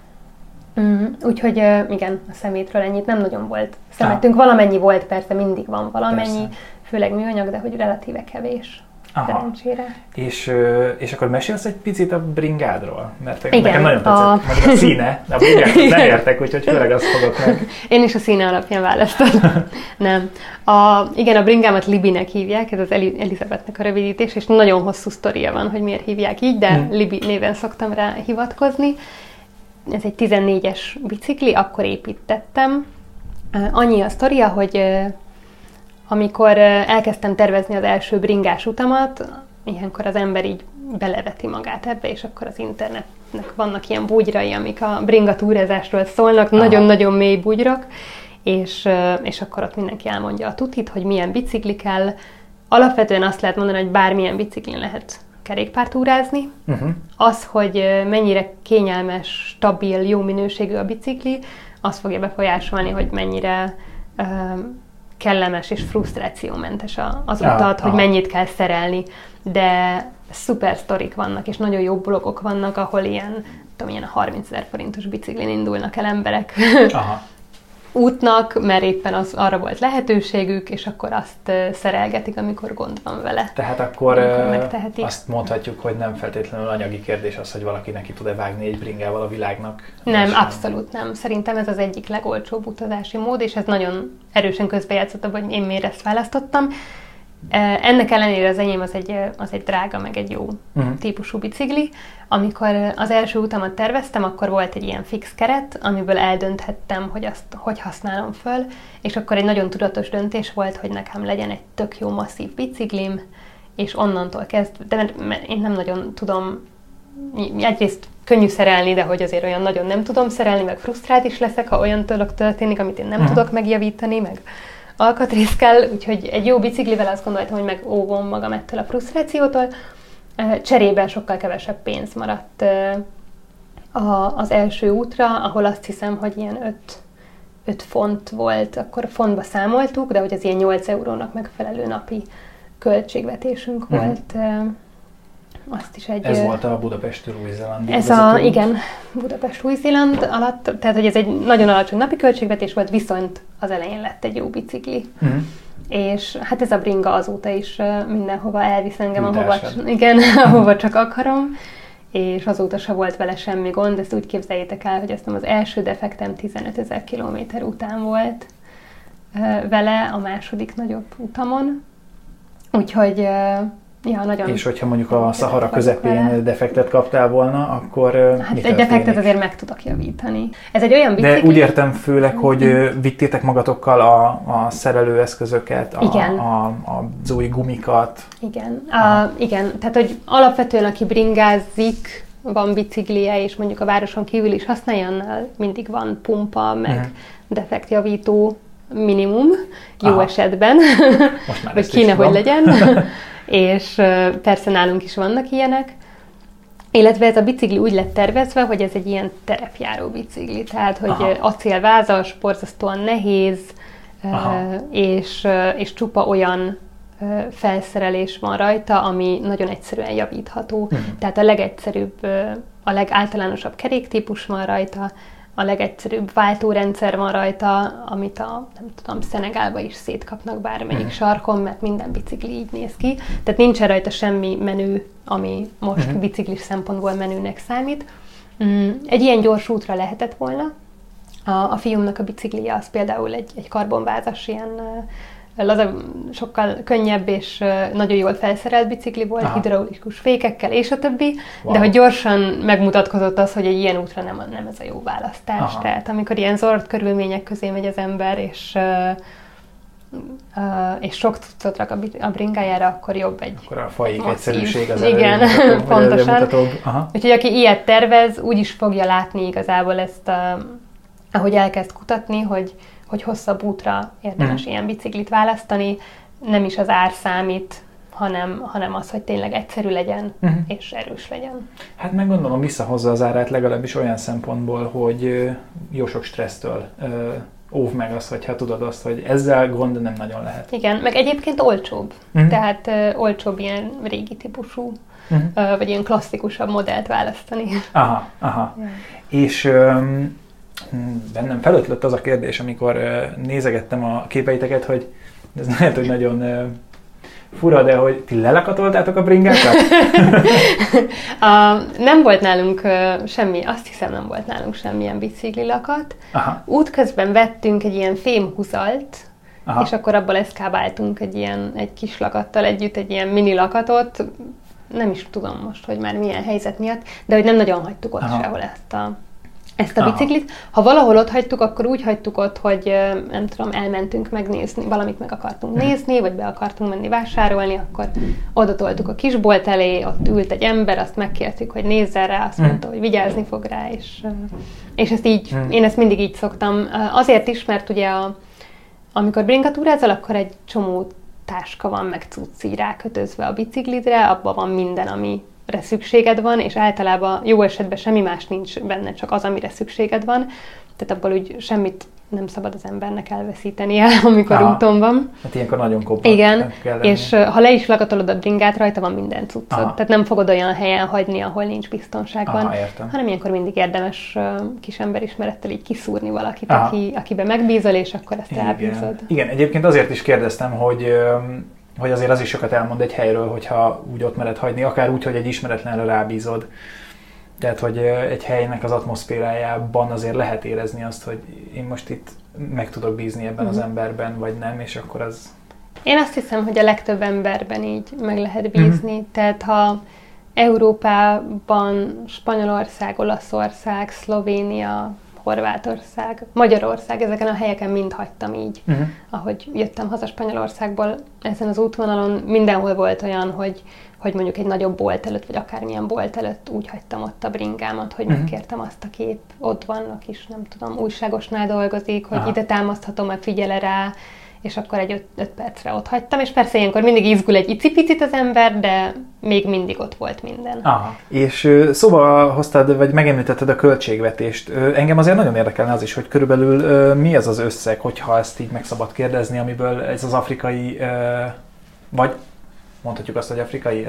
Úgyhogy igen, a szemétről ennyit nem nagyon volt szemetünk. Valamennyi volt, persze mindig van valamennyi, persze. Főleg műanyag, de hogy relatíve kevés. Szerencsére. És akkor mesélsz egy picit a bringádról? Mert igen, nekem nagyon tetszett. A színe, de a bringát nem értek, úgyhogy főleg azt fogok meg. Én is a színe alapján választottam. Nem. Igen, a bringámat Libinek hívják, ez az Elizabethnek a rövidítés, és nagyon hosszú sztoria van, hogy miért hívják így, de Libi néven szoktam rá hivatkozni. Ez egy 14-es bicikli, akkor építettem. Annyi a sztoria, hogy amikor elkezdtem tervezni az első bringás utamat, ilyenkor az ember így beleveti magát ebbe, és akkor az internetnek vannak ilyen bugyrai, amik a bringa túrázásról szólnak, nagyon-nagyon mély bugyrok, és akkor ott mindenki elmondja a tutit, hogy milyen bicikli kell. Alapvetően azt lehet mondani, hogy bármilyen biciklin lehet kerékpártúrázni. Az, hogy mennyire kényelmes, stabil, jó minőségű a bicikli, az fogja befolyásolni, hogy mennyire kellemes és frusztrációmentes az utat, hogy mennyit kell szerelni. De szuper sztorik vannak, és nagyon jó blogok vannak, ahol ilyen a 30 000 forintos biciklin indulnak el emberek útnak, mert éppen arra volt lehetőségük, és akkor azt szerelgetik, amikor gond van vele. Tehát akkor azt mondhatjuk, hogy nem feltétlenül anyagi kérdés az, hogy valaki neki tud-e vágni egy bringával a világnak? Nem, abszolút nem. Szerintem ez az egyik legolcsóbb utazási mód, és ez nagyon erősen közbejátszott abban, hogy én miért ezt választottam. Ennek ellenére az enyém az egy drága, meg egy jó típusú bicikli. Amikor az első utamat terveztem, akkor volt egy ilyen fix keret, amiből eldönthettem, hogy azt hogy használom föl, és akkor egy nagyon tudatos döntés volt, hogy nekem legyen egy tök jó masszív biciklim, és onnantól kezdve, de mert én nem nagyon tudom, egyrészt könnyű szerelni, de hogy azért olyan nagyon nem tudom szerelni, meg frusztrált is leszek, ha olyan dolog történik, amit én nem tudok megjavítani, meg alkatrész kell, úgyhogy egy jó biciklivel azt gondoltam, hogy megóvom magam ettől a frusztrációtól. Cserébe sokkal kevesebb pénz maradt az első útra, ahol azt hiszem, hogy ilyen 5 font volt, akkor fontba számoltuk, de hogy az ilyen 8 eurónak megfelelő napi költségvetésünk volt. Azt is ez volt a Budapest-Új-Zélandi. Igen, Budapest-Új-Zéland alatt, tehát hogy ez egy nagyon alacsony napi költségvetés volt, viszont az elején lett egy jó bicikli. És hát ez a bringa azóta is mindenhova elvisz engem, ahova csak akarom, és azóta se volt vele semmi gond, ezt úgy képzeljétek el, hogy azt az első defektem 15 000 kilométer után volt vele, a második nagyobb utamon. Úgyhogy nagyon. És hogyha mondjuk a Szahara közepén defektet kaptál volna, akkor hát egy defektet azért meg tudok javítani. Ez egy olyan bicikli... De úgy értem főleg, hogy vittétek magatokkal a szerelőeszközöket, az új gumikat. Igen, tehát hogy alapvetően aki bringázik, van biciklije, és mondjuk a városon kívül is használja, annál mindig van pumpa, meg defektjavító minimum, jó esetben, vagy kéne, hogy legyen. És persze nálunk is vannak ilyenek, illetve ez a bicikli úgy lett tervezve, hogy ez egy ilyen terepjáró bicikli, tehát hogy acélvázas, borzasztóan nehéz, és csupa olyan felszerelés van rajta, ami nagyon egyszerűen javítható. Tehát a legegyszerűbb, a legáltalánosabb keréktípus van rajta, a legegyszerűbb váltórendszer van rajta, amit Szenegálba is szétkapnak bármelyik sarkon, mert minden bicikli így néz ki. Tehát nincsen rajta semmi menü, ami most biciklis szempontból menünek számít. Egy ilyen gyors útra lehetett volna. A fiúmnak a biciklije az például egy karbonvázas, ilyen sokkal könnyebb és nagyon jól felszerelt bicikli volt, hidraulikus fékekkel és a többi, de hogy gyorsan megmutatkozott az, hogy egy ilyen útra nem ez a jó választás. Tehát amikor ilyen zord körülmények közé megy az ember, és sok cuccot rak a bringájára, akkor jobb egy akkor a faik egyszerűség az igen, pontosan. Úgyhogy aki ilyet tervez, úgy is fogja látni igazából ezt, ahogy elkezd kutatni, hogy hosszabb útra érdemes ilyen biciklit választani. Nem is az ár számít, hanem az, hogy tényleg egyszerű legyen és erős legyen. Hát meg gondolom visszahozza az árát legalábbis olyan szempontból, hogy jó sok stressztől óv meg azt, hogyha tudod azt, hogy ezzel gond nem nagyon lehet. Igen, meg egyébként olcsóbb. Tehát olcsóbb ilyen régi típusú, vagy ilyen klasszikusabb modellt választani. Aha. Ja. És bennem felötlött az a kérdés, amikor nézegettem a képeiteket, hogy ez lehet, hogy nagyon fura, de hogy ti lelakatoltátok a bringákat? Nem volt nálunk semmi, azt hiszem nem volt nálunk semmilyen biciklilakat. Aha. Útközben vettünk egy ilyen fémhuzalt, és akkor abból eszkábáltunk egy kis lakattal együtt, egy ilyen mini lakatot. Nem is tudom most, hogy már milyen helyzet miatt, de hogy nem nagyon hagytuk ott sehol ezt a biciklit. Ha valahol ott hagytuk, akkor úgy hagytuk ott, hogy nem tudom, elmentünk megnézni, valamit meg akartunk nézni, vagy be akartunk menni vásárolni, akkor oda toltuk a kisbolt elé, ott ült egy ember, azt megkértük, hogy nézzen rá, azt mondta, hogy vigyázni fog rá, és ezt így, én ezt mindig így szoktam. Azért is, mert ugye amikor bringatúrázol, akkor egy csomó táska van, meg cucc így rákötözve a biciklidre, abban van minden, amire szükséged van, és általában jó esetben semmi más nincs benne, csak az, amire szükséged van. Tehát abból úgy semmit nem szabad az embernek elveszítenie, amikor úton van. Hát ilyenkor nagyon kompakt. Igen, és ha le is lakatolod a bringát, rajta van minden cuccod. Tehát nem fogod olyan helyen hagyni, ahol nincs biztonságban, hanem ilyenkor mindig érdemes kis emberismerettel így kiszúrni valakit, akiben megbízol, és akkor ezt elbízod. Igen, egyébként azért is kérdeztem, hogy azért az is sokat elmond egy helyről, hogyha úgy ott mered hagyni, akár úgy, hogy egy ismeretlenre rábízod. Tehát, hogy egy helynek az atmoszférájában azért lehet érezni azt, hogy én most itt meg tudok bízni ebben az emberben, vagy nem, és akkor az... Én azt hiszem, hogy a legtöbb emberben így meg lehet bízni. Tehát, ha Európában Spanyolország, Olaszország, Szlovénia, Horvátország, Magyarország, ezeken a helyeken mind hagytam így. Ahogy jöttem haza Spanyolországból, ezen az útvonalon mindenhol volt olyan, hogy mondjuk egy nagyobb bolt előtt, vagy akármilyen bolt előtt úgy hagytam ott a bringámat, hogy megkértem azt, aki ott vannak is, nem tudom, újságosnál dolgozik, hogy ide támaszthatom, meg figyele rá, és akkor egy 5 percre ott hagytam, és persze ilyenkor mindig izgul egy icipicit az ember, de még mindig ott volt minden. És szóval hoztad, vagy megemlítetted a költségvetést. Engem azért nagyon érdekelne az is, hogy körülbelül mi az az összeg, hogyha ezt így meg szabad kérdezni, amiből ez az afrikai, vagy mondhatjuk azt, hogy afrikai,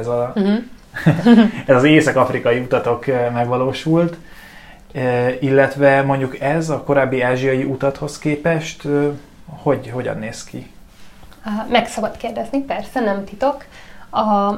ez az észak-afrikai utatok megvalósult, illetve mondjuk ez a korábbi ázsiai utathoz képest hogyan néz ki? Meg szabad kérdezni, persze, nem titok. A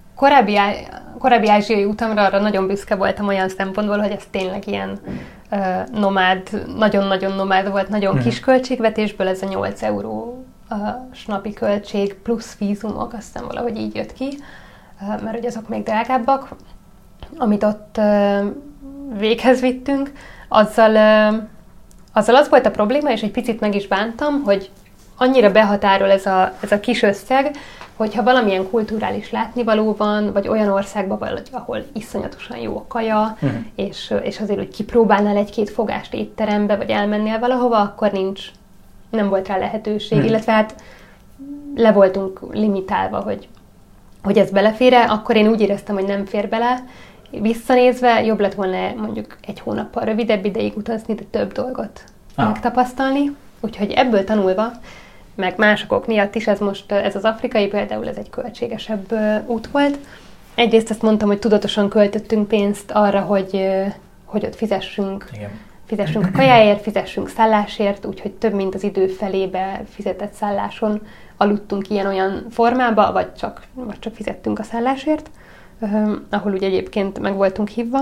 korábbi ázsiai utamra arra nagyon büszke voltam olyan szempontból, hogy ez tényleg ilyen nomád, nagyon-nagyon nomád volt, nagyon kis költségvetésből, ez a 8 eurós napi költség plusz vízumok, azt hiszem valahogy így jött ki, mert hogy azok még drágábbak. Amit ott véghez vittünk, azzal az volt a probléma, és egy picit meg is bántam, hogy annyira behatárol ez a kis összeg, hogyha valamilyen kulturális látnivaló van, vagy olyan országban vagy, ahol iszonyatosan jó a kaja, és azért, hogy kipróbálnál egy-két fogást étterembe, vagy elmennél valahova, akkor nem volt rá lehetőség, illetve hát le voltunk limitálva, hogy ez belefér-e, akkor én úgy éreztem, hogy nem fér bele. Visszanézve jobb lett volna mondjuk egy hónappal rövidebb ideig utazni, de több dolgot megtapasztalni. Úgyhogy ebből tanulva, meg másokok miatt is, ez az afrikai például ez egy költségesebb út volt. Egyrészt azt mondtam, hogy tudatosan költöttünk pénzt arra, hogy ott fizessünk a kajáért, fizessünk szállásért, úgyhogy több mint az idő felébe fizetett szálláson aludtunk ilyen-olyan formába, vagy csak fizettünk a szállásért, ahol ugye egyébként meg voltunk hívva.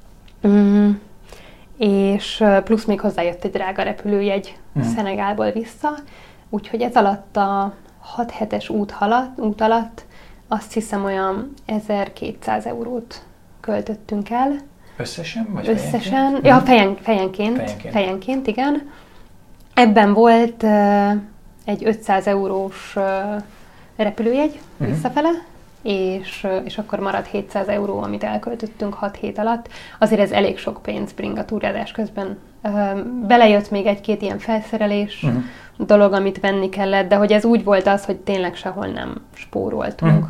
És plusz még hozzájött egy drága repülőjegy Szenegálból vissza, úgyhogy ez alatt a 6 hetes út alatt azt hiszem olyan 1200 eurót költöttünk el. Összesen? Vagy összesen? Ja, fejenként, igen. Ebben volt egy 500 eurós repülőjegy visszafele, és akkor maradt 700 euró, amit elköltöttünk 6 hét alatt. Azért ez elég sok pénz bringatúrázás közben. Belejött még egy-két ilyen felszerelés dolog, amit venni kellett, de hogy ez úgy volt az, hogy tényleg sehol nem spóroltunk.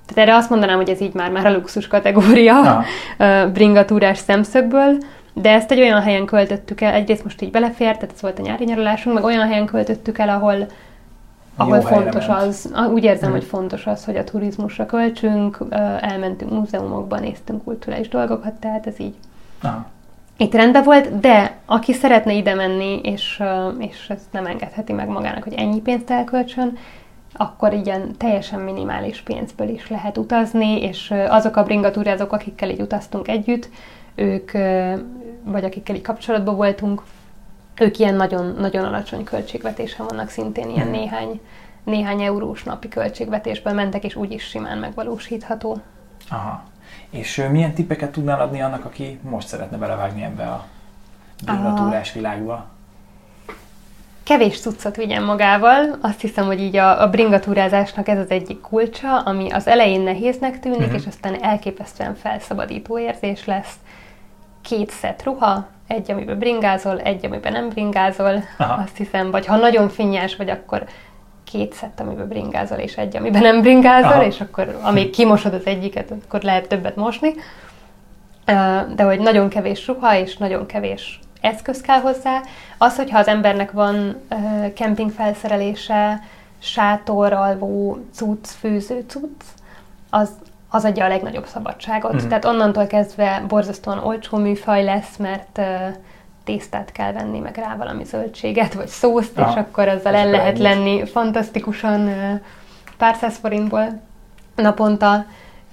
Tehát erre azt mondanám, hogy ez így már a luxus kategória bringatúrás szemszögből, de ezt egy olyan helyen költöttük el, egyrészt most így belefért, tehát ez volt a nyári nyaralásunk, meg olyan helyen költöttük el, ahol fontos az, úgy érzem, hogy fontos az, hogy a turizmusra költsünk, elmentünk múzeumokba, néztünk kulturális dolgokat, tehát ez így itt rendben volt, de aki szeretne ide menni, és ezt nem engedheti meg magának, hogy ennyi pénzt elköltsön, akkor ilyen teljesen minimális pénzből is lehet utazni, és azok a bringatúrázók, akikkel így utaztunk együtt, ők, vagy akikkel így kapcsolatban voltunk, ők ilyen nagyon, nagyon alacsony költségvetésen vannak, szintén ilyen néhány eurós napi költségvetésben mentek, és úgyis simán megvalósítható. Aha. És milyen tippeket tudnál adni annak, aki most szeretne belevágni ebbe a bringatúrás világba? Kevés cuccot vigyen magával. Azt hiszem, hogy így a bringatúrázásnak ez az egyik kulcsa, ami az elején nehéznek tűnik, és aztán elképesztően felszabadító érzés lesz. 2 szett ruha, egy, amiben bringázol, egy, amiben nem bringázol. Azt hiszem, vagy ha nagyon finnyás vagy, akkor 2 szett, amiben bringázol, és egy, amiben nem bringázol, és akkor amíg kimosod az egyiket, akkor lehet többet mosni. De hogy nagyon kevés ruha, és nagyon kevés eszköz kell hozzá. Az, hogyha az embernek van kemping felszerelése, sátor, alvó cucc, főző cucc, az adja a legnagyobb szabadságot. Tehát onnantól kezdve borzasztóan olcsó műfaj lesz, mert tésztát kell venni, meg rá valami zöldséget, vagy szószt, és akkor azzal el lehet lenni fantasztikusan pár száz forintból naponta,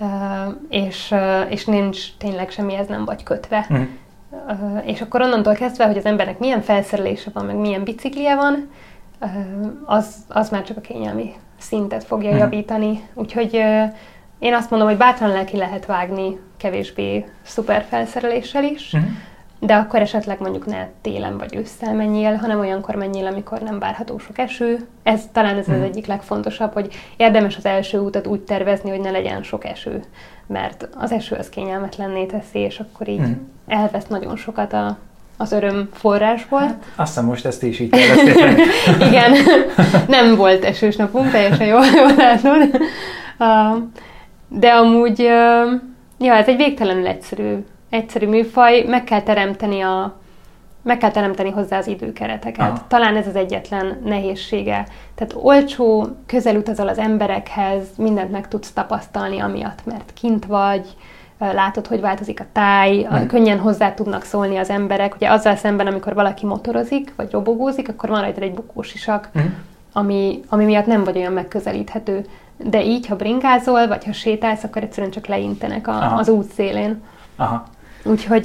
és nincs tényleg semmihez nem vagy kötve. És akkor onnantól kezdve, hogy az embernek milyen felszerelése van, meg milyen biciklije van, az már csak a kényelmi szintet fogja javítani. Úgyhogy én azt mondom, hogy bátran lelki lehet vágni kevésbé szuper felszereléssel is, de akkor esetleg mondjuk ne télen vagy ősszel menjél, hanem olyankor menjél, amikor nem várható sok eső. Talán ez az egyik legfontosabb, hogy érdemes az első útat úgy tervezni, hogy ne legyen sok eső, mert az eső az kényelmetlenné teszi, és akkor így elvesz nagyon sokat az öröm forrásból. Hát, azt hiszem, most ezt is így terveztétek. Igen, nem volt esős napunk, teljesen jól látod. De amúgy, ez egy végtelenül egyszerű műfaj, meg kell teremteni hozzá az időkereteket. Talán ez az egyetlen nehézsége. Tehát olcsó, közel utazol az emberekhez, mindent meg tudsz tapasztalni amiatt, mert kint vagy, látod, hogy változik a táj, könnyen hozzá tudnak szólni az emberek. Ugye azzal szemben, amikor valaki motorozik, vagy robogózik, akkor van rajta egy bukósisak, ami miatt nem vagy olyan megközelíthető. De így, ha bringázol, vagy ha sétálsz, akkor egyszerűen csak leintenek az út szélén. Úgyhogy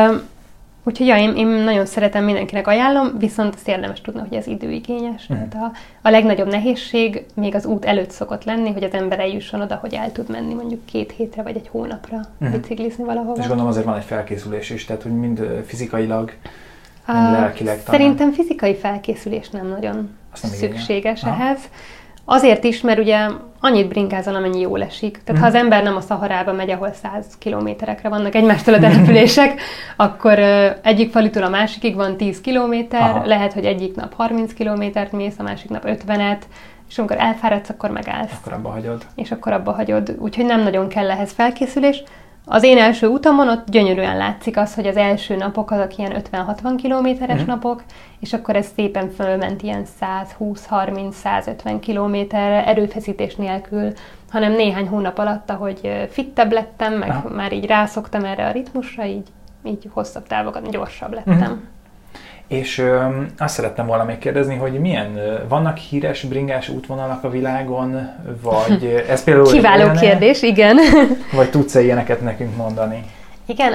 én nagyon szeretem, mindenkinek ajánlom, viszont azt érdemes tudni, hogy ez időigényes. A legnagyobb nehézség még az út előtt szokott lenni, hogy az ember eljusson oda, hogy el tud menni mondjuk 2 hétre vagy egy hónapra biciklizni valahova. És gondolom azért van egy felkészülés is, tehát hogy mind fizikailag, mind lelkileg talán. Szerintem fizikai felkészülés nem nagyon szükséges ehhez. Azért is, mert ugye annyit bringázol, amennyi jól esik. Tehát ha az ember nem a Szaharába megy, ahol 100 kilométerekre vannak egymástól a települések, akkor egyik falutól a másikig van 10 kilométer, lehet, hogy egyik nap 30 kilométert mész, a másik nap 50-et, és amikor elfáradsz, akkor megállsz. Akkor abba hagyod. És akkor abba hagyod. Úgyhogy nem nagyon kell ehhez felkészülés. Az én első utamon ott gyönyörűen látszik az, hogy az első napok azok ilyen 50-60 kilométeres napok, és akkor ez szépen fölment ilyen 120-30-150 kilométerre erőfeszítés nélkül, hanem néhány hónap alatt, ahogy fittebb lettem, meg már így rászoktam erre a ritmusra, így hosszabb távokat, gyorsabb lettem. És azt szerettem volna még kérdezni, hogy vannak híres bringás útvonalak a világon, vagy ez például... Kiváló kérdés, igen. Vagy tudsz-e ilyeneket nekünk mondani? Igen,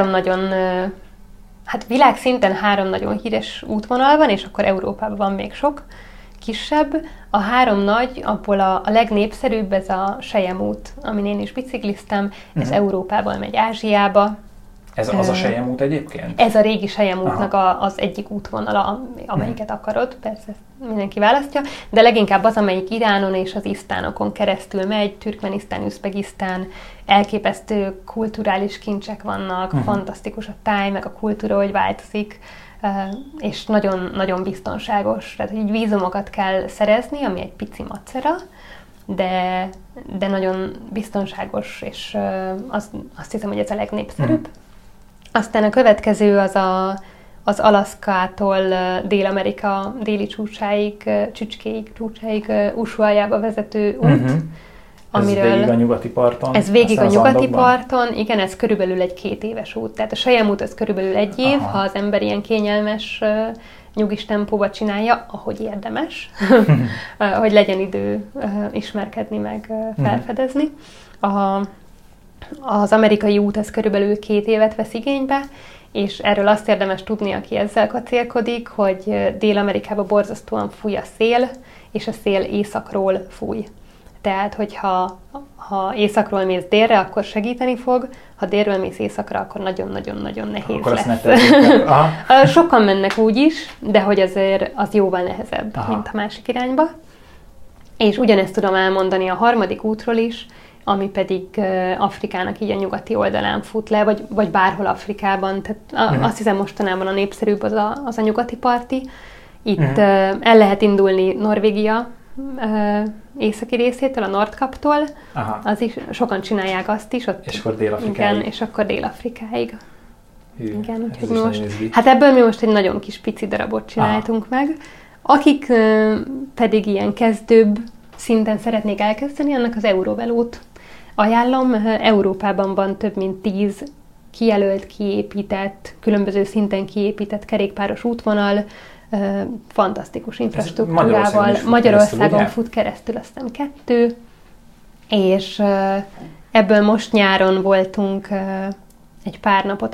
világszinten 3 nagyon híres útvonal van, és akkor Európában van még sok kisebb. A 3 nagy, abból a legnépszerűbb ez a Selyem út, amin én is bicikliztem, ez Európában megy Ázsiába. Ez az a Selyem út egyébként? Ez a régi Selyem útnak az egyik útvonala, amelyiket akarod, persze mindenki választja, de leginkább az, amelyik Iránon és az isztánokon keresztül megy, Türkmenisztán, Üzbegisztán, elképesztő kulturális kincsek vannak, fantasztikus a táj, meg a kultúra, hogy változik, és nagyon, nagyon biztonságos. Tehát így vízumokat kell szerezni, ami egy pici macera, de nagyon biztonságos, és azt hiszem, hogy ez a legnépszerűbb. Aztán a következő az Alaszkától Dél-Amerika déli csücskéig, Ushuaiába vezető út. Ez végig a nyugati parton? Ez végig a nyugati parton, igen, ez körülbelül egy 2 éves út. Tehát a Cheyenne út az körülbelül 1 év, ha az ember ilyen kényelmes, nyugis tempóba csinálja, ahogy érdemes, hogy legyen idő ismerkedni, meg felfedezni. Az amerikai út az körülbelül 2 évet vesz igénybe, és erről azt érdemes tudni, aki ezzel kacérkodik, hogy Dél-Amerikában borzasztóan fúj a szél, és a szél északról fúj. Tehát, hogyha északról mész délre, akkor segíteni fog, ha délről mész északra, akkor nagyon-nagyon-nagyon nehéz akkor lesz. Sokan mennek úgy is, de hogy azért az jóval nehezebb, mint a másik irányba. És ugyanezt tudom elmondani a harmadik útról is, ami pedig Afrikának így a nyugati oldalán fut le, vagy bárhol Afrikában. Tehát azt hiszem mostanában a népszerűbb az a nyugati parti. Itt el lehet indulni Norvégia északi részétől, a Nordkaptól. Az is, sokan csinálják azt is. Ott, és akkor Dél-Afrikáig. Igen, és akkor Dél-Afrikáig. Igen, úgyhogy most, hát ebből mi most egy nagyon kis pici darabot csináltunk meg. Akik pedig ilyen kezdőbb szinten szeretnék elkezdeni, annak az Eurovelót ajánlom. Európában van több mint 10 kijelölt, kiépített, különböző szinten kiépített kerékpáros útvonal, fantasztikus infrastruktúrával. Magyarországon fut keresztül, azt hiszem 2, és ebből most nyáron voltunk egy pár napot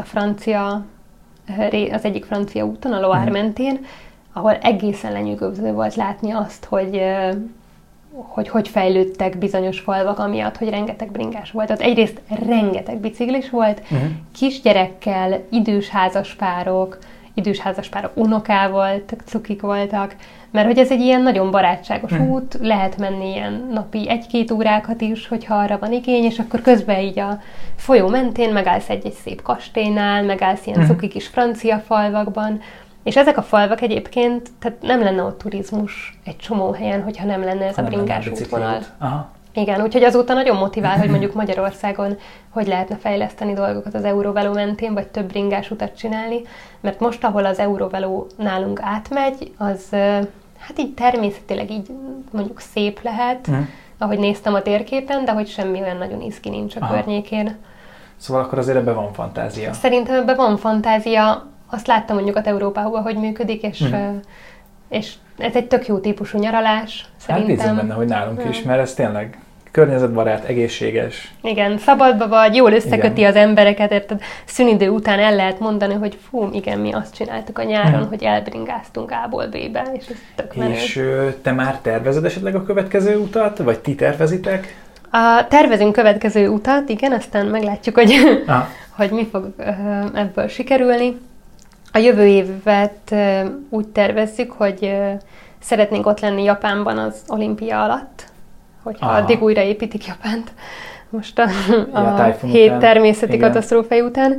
az egyik francia úton, a Loire mentén, ahol egészen lenyűgöző volt látni azt, hogy fejlődtek bizonyos falvak, amiatt, hogy rengeteg bringás volt. Ott egyrészt rengeteg biciklis volt, kisgyerekkel, idős házaspárok unokával, tök cukik voltak, mert hogy ez egy ilyen nagyon barátságos út, lehet menni ilyen napi 1-2 órákat is, hogyha arra van igény, és akkor közben így a folyó mentén megállsz egy szép kastélynál, megállsz ilyen cuki kis francia falvakban, és ezek a falvak egyébként, tehát nem lenne ott turizmus egy csomó helyen, hogyha nem lenne ez a bringás útvonal. Igen, úgyhogy azóta nagyon motivál, hogy mondjuk Magyarországon hogy lehetne fejleszteni dolgokat az Eurovelo mentén, vagy több bringás utat csinálni, mert most, ahol az Eurovelo nálunk átmegy, az hát így természetileg így mondjuk szép lehet, ahogy néztem a térképen, de hogy semmi olyan nagyon izgi nincs a környékén. Szóval akkor azért ebben van fantázia. Szerintem ebben van fantázia. Azt láttam mondjuk Nyugat-Európában, hogy működik, és ez egy tök jó típusú nyaralás, szerintem. Hát bízom benne, hogy nálunk is, mert ez tényleg környezetbarát, egészséges. Igen, szabadba vagy, jól összeköti az embereket, érted? Szünidő után el lehet mondani, hogy fú, igen, mi azt csináltuk a nyáron, hogy elbringáztunk A-ból B-be, és ez tök menő. És te már tervezed esetleg a következő utat, vagy ti tervezitek? Tervezünk következő utat, igen, aztán meglátjuk, hogy mi fog ebből sikerülni. A jövő évet úgy tervezzük, hogy szeretnénk ott lenni Japánban az olimpia alatt, hogyha addig újraépítik Japánt, most a 7 természeti katasztrófái után.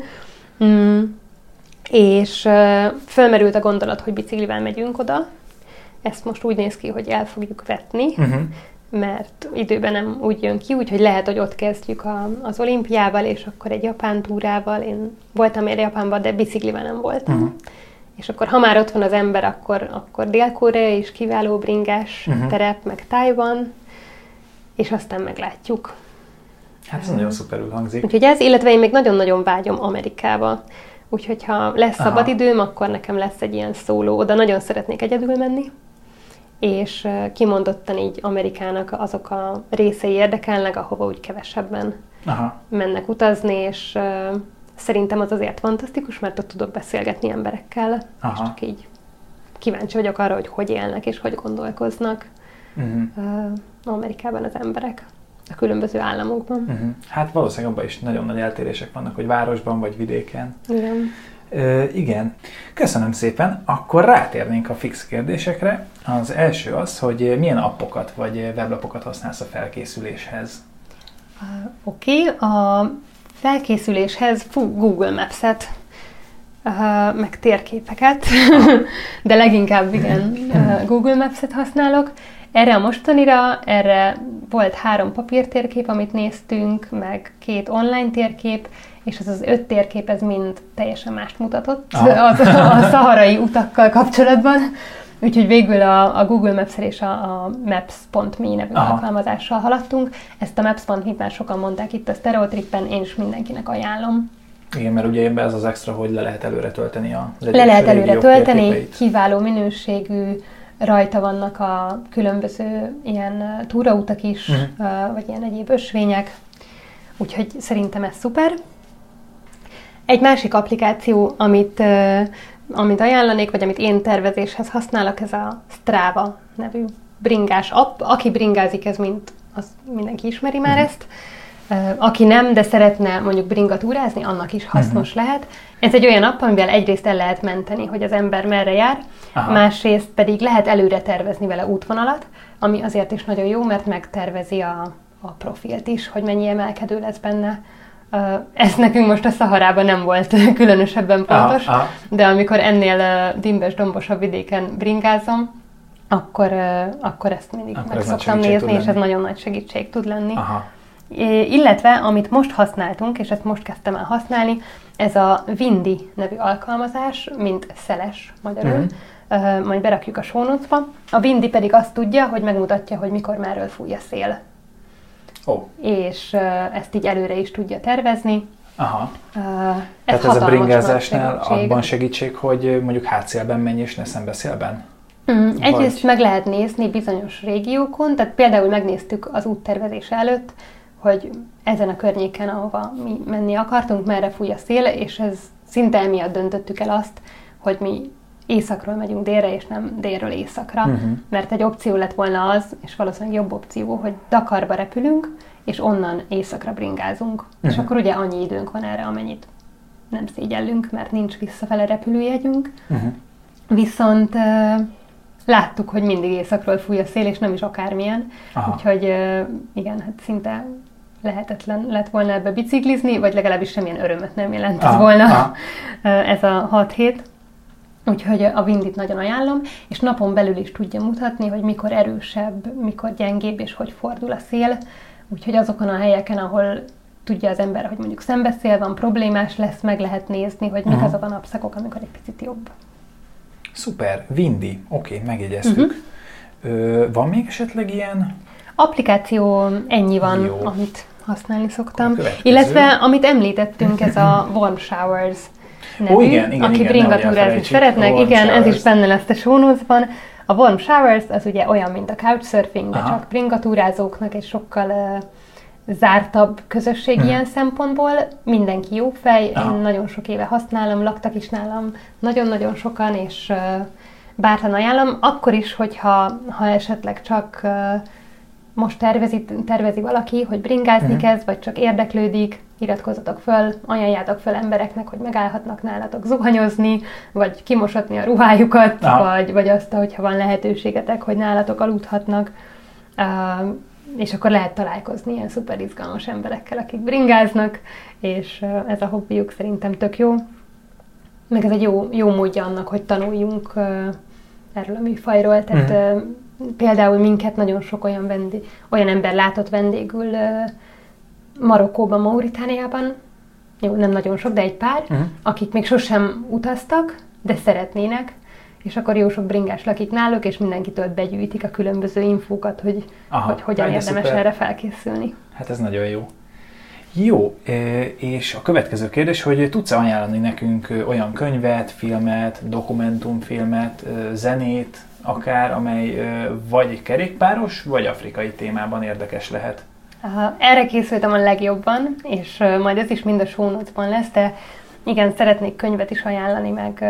És fölmerült a gondolat, hogy biciklivel megyünk oda. Ezt most úgy néz ki, hogy el fogjuk vetni, mert időben nem úgy jön ki, úgyhogy lehet, hogy ott kezdjük az olimpiával, és akkor egy japán túrával. Én voltam már Japánban, de biciklivel nem voltam. És akkor, ha már ott van az ember, akkor Dél-Korea is kiváló bringás terep, meg Tajvan, és aztán meglátjuk. Hát ez nagyon szuperül hangzik. Úgyhogy ez, illetve én még nagyon-nagyon vágyom Amerikába. Úgyhogy ha lesz szabad időm, akkor nekem lesz egy ilyen szóló. Oda nagyon szeretnék egyedül menni. És kimondottan így Amerikának azok a részei érdekelnek, ahova úgy kevesebben mennek utazni, és szerintem az azért fantasztikus, mert ott tudok beszélgetni emberekkel, és csak így kíváncsi vagyok arra, hogy élnek és hogy gondolkoznak Amerikában az emberek a különböző államokban. Hát valószínűleg abban is nagyon nagy eltérések vannak, hogy városban vagy vidéken. Igen. Igen. Köszönöm szépen. Akkor rátérnénk a fix kérdésekre. Az első az, hogy milyen appokat vagy weblapokat használsz a felkészüléshez? Oké. A felkészüléshez Google Maps-et, meg térképeket, de leginkább igen Google Maps-et használok. Erre a mostanira, volt 3 papírtérkép, amit néztünk, meg 2 online térkép, és az 5 térkép, ez mind teljesen mást mutatott a szaharai utakkal kapcsolatban. Úgyhogy végül a Google Maps-el és a Maps.me nevű alkalmazással haladtunk. Ezt a Maps.me-t már sokan mondták itt a Stereotripen, én is mindenkinek ajánlom. Igen, mert ugye ebben ez az extra, hogy le lehet előre tölteni Le lehet előre tölteni, kiváló minőségű, rajta vannak a különböző ilyen túrautak is, vagy ilyen egyéb ösvények, úgyhogy szerintem ez szuper. Egy másik applikáció, amit ajánlanék, vagy amit én tervezéshez használok, ez a Strava nevű bringás app. Aki bringázik, az mindenki ismeri már ezt. Aki nem, de szeretne mondjuk bringatúrázni, annak is hasznos lehet. Ez egy olyan app, amivel egyrészt el lehet menteni, hogy az ember merre jár, másrészt pedig lehet előre tervezni vele útvonalat, ami azért is nagyon jó, mert megtervezi a profilt is, hogy mennyi emelkedő lesz benne. Ez nekünk most a Szaharában nem volt különösebben fontos, de amikor ennél dimbes-dombosabb vidéken bringázom, akkor ezt mindig meg szoktam nézni, és ez nagyon nagy segítség tud lenni. Illetve, amit most használtunk, és ezt most kezdtem el használni, ez a Windy nevű alkalmazás, mint szeles magyarul, majd berakjuk a show notes-ba. A Windy pedig azt tudja, hogy megmutatja, hogy mikor merről fúj a szél. És ezt így előre is tudja tervezni. Tehát ez a bringázásnál abban segítség, hogy mondjuk hátszélben menj és ne szembeszélben? Egyrészt meg lehet nézni bizonyos régiókon, tehát például megnéztük az úttervezés előtt, hogy ezen a környéken, ahova mi menni akartunk, merre fúj a szél, és ez szinte emiatt döntöttük el azt, hogy mi északról megyünk délre, és nem délről északra, mert egy opció lett volna az, és valószínűleg jobb opció, hogy Dakarba repülünk, és onnan északra bringázunk. És akkor ugye annyi időnk van erre, amennyit nem szégyellünk, mert nincs visszafele repülőjegyünk. Viszont láttuk, hogy mindig északról fúj a szél, és nem is akármilyen. Úgyhogy igen, hát szinte lehetetlen lett volna ebbe biciklizni, vagy legalábbis semmilyen örömet nem jelentett volna ez a 6 hét. Úgyhogy a Windit nagyon ajánlom, és napon belül is tudja mutatni, hogy mikor erősebb, mikor gyengébb, és hogy fordul a szél. Úgyhogy azokon a helyeken, ahol tudja az ember, hogy mondjuk szembeszél van, problémás lesz, meg lehet nézni, hogy mik azok a napszakok, amikor egy picit jobb. Szuper, Windy, oké, megjegyeztük. Van még esetleg ilyen? Applikáció ennyi van, amit használni szoktam. Illetve, amit említettünk, ez a Warm Showers nevű, aki bringatúrázni szeretnek. Igen, ez is benne lesz a show notes-ban. A Warm Showers az ugye olyan, mint a couchsurfing, de csak bringatúrázóknak egy sokkal zártabb közösség ilyen szempontból. Mindenki jó fej, én nagyon sok éve használom, laktak is nálam nagyon-nagyon sokan, és bátran ajánlom. Akkor is, hogyha esetleg csak most tervezi valaki, hogy bringázni kezd, vagy csak érdeklődik, iratkozzatok föl, ajánljátok föl embereknek, hogy megállhatnak nálatok zuhanyozni, vagy kimosatni a ruhájukat, vagy azt, hogyha van lehetőségetek, hogy nálatok aludhatnak. És akkor lehet találkozni ilyen szuper izgalmas emberekkel, akik bringáznak, és ez a hobbiuk szerintem tök jó. Meg ez egy jó módja annak, hogy tanuljunk erről a műfajról. Tehát például minket nagyon sok olyan ember látott vendégül Marokkóban, Mauritániában, jó, nem nagyon sok, de egy pár, akik még sosem utaztak, de szeretnének, és akkor jó sok bringás lakik náluk, és mindenkitől begyűjtik a különböző infókat, hogy hogyan érdemes erre felkészülni. Hát ez nagyon jó. Jó, és a következő kérdés, hogy tudsz-e ajánlani nekünk olyan könyvet, filmet, dokumentumfilmet, zenét, akár, amely vagy kerékpáros, vagy afrikai témában érdekes lehet? Erre készültem a legjobban, és majd ez is mind a show notes-ban lesz, de igen, szeretnék könyvet is ajánlani,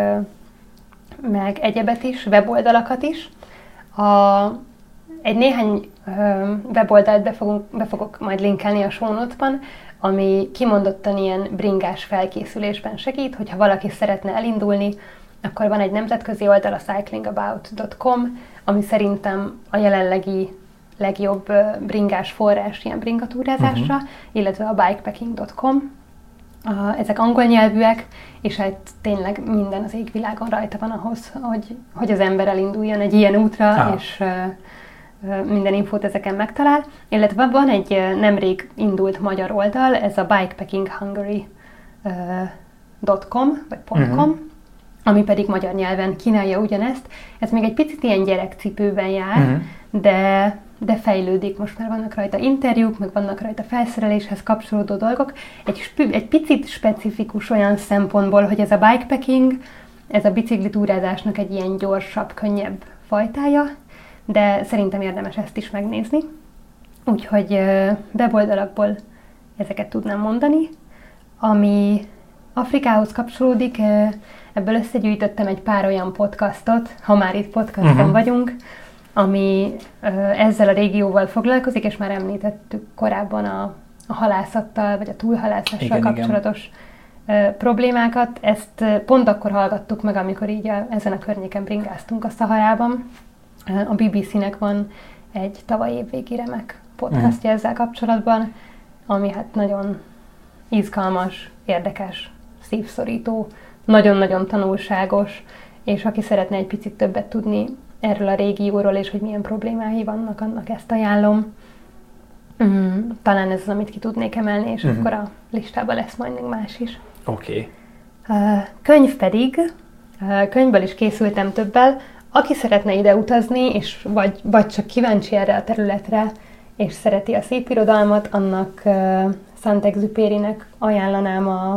meg egyebet is, weboldalakat is. Egy néhány weboldalt be fogok majd linkelni a show notes-ban, ami kimondottan ilyen bringás felkészülésben segít, hogyha valaki szeretne elindulni, akkor van egy nemzetközi oldal, a cyclingabout.com, ami szerintem a jelenlegi legjobb bringás forrás ilyen bringatúrázásra, illetve a bikepacking.com. Ezek angol nyelvűek, és hát tényleg minden az égvilágon rajta van ahhoz, hogy az ember elinduljon egy ilyen útra, és minden infót ezeken megtalál, illetve van egy nemrég indult magyar oldal, ez a bikepackinghungary.com, vagy .com, ami pedig magyar nyelven kínálja ugyanezt. Ez még egy picit ilyen gyerekcipőben jár, de fejlődik. Most már vannak rajta interjúk, meg vannak rajta felszereléshez kapcsolódó dolgok. Egy picit specifikus olyan szempontból, hogy ez a bikepacking, ez a biciklitúrázásnak egy ilyen gyorsabb, könnyebb fajtája, de szerintem érdemes ezt is megnézni. Úgyhogy weboldalakból ezeket tudnám mondani. Ami Afrikához kapcsolódik, ebből összegyűjtöttem egy pár olyan podcastot, ha már itt podcaston vagyunk, ami ezzel a régióval foglalkozik, és már említettük korábban a halászattal, vagy a túlhalászással kapcsolatos problémákat. Ezt pont akkor hallgattuk meg, amikor így ezen a környéken bringáztunk a Szaharában. A BBC-nek van egy tavaly évvégi remek podcastja ezzel kapcsolatban, ami hát nagyon izgalmas, érdekes, szívszorító, nagyon-nagyon tanulságos, és aki szeretne egy picit többet tudni erről a régióról, és hogy milyen problémái vannak, annak ezt ajánlom. Talán ez az, amit ki tudnék emelni, és akkor a listában lesz majd még más is. Oké. Könyv pedig, könyvből is készültem többel. Aki szeretne ide utazni, és vagy csak kíváncsi erre a területre, és szereti a szép irodalmat, annak Saint-Exupérynek ajánlanám a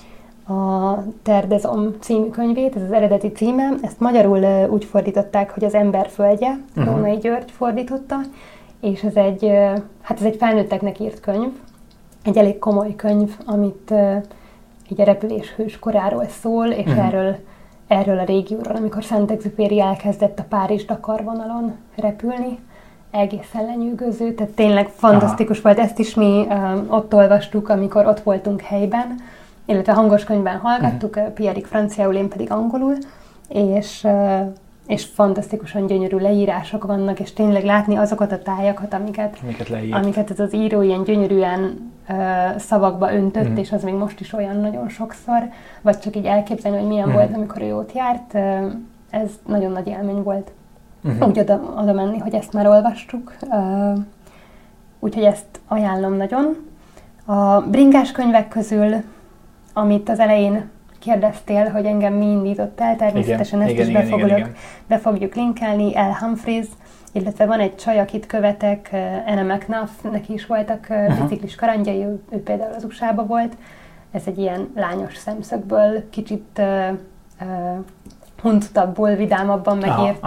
Terre des Hommes című könyvét, ez az eredeti címe. Ezt magyarul úgy fordították, hogy Az ember földje, Rónai György fordította, és ez egy felnőtteknek írt könyv, egy elég komoly könyv, amit így a repülés hőskoráról szól, és erről a régióról, amikor Saint-Exupéry elkezdett a Párizs-Dakar vonalon repülni, egészen lenyűgöző, tehát tényleg fantasztikus volt. Ezt is mi ott olvastuk, amikor ott voltunk helyben, illetve hangos könyvben hallgattuk, Pierre franciául, én pedig angolul, és fantasztikusan gyönyörű leírások vannak, és tényleg látni azokat a tájakat, amiket ez az író ilyen gyönyörűen szavakba öntött, és az még most is olyan nagyon sokszor, vagy csak így elképzelni, hogy milyen volt, amikor ő ott járt, ez nagyon nagy élmény volt. Úgy oda menni, hogy ezt már olvastuk, úgyhogy ezt ajánlom nagyon. A bringás könyvek közül, amit az elején kérdeztél, hogy engem mi indított el, természetesen ezt is be fogjuk linkelni, Al Humphries, illetve van egy csaj, akit követek, Anna McNuff, neki is voltak biciklis kalandjai, ő például az USA-ba volt. Ez egy ilyen lányos szemszögből, kicsit huncutabbul, vidámabban megírt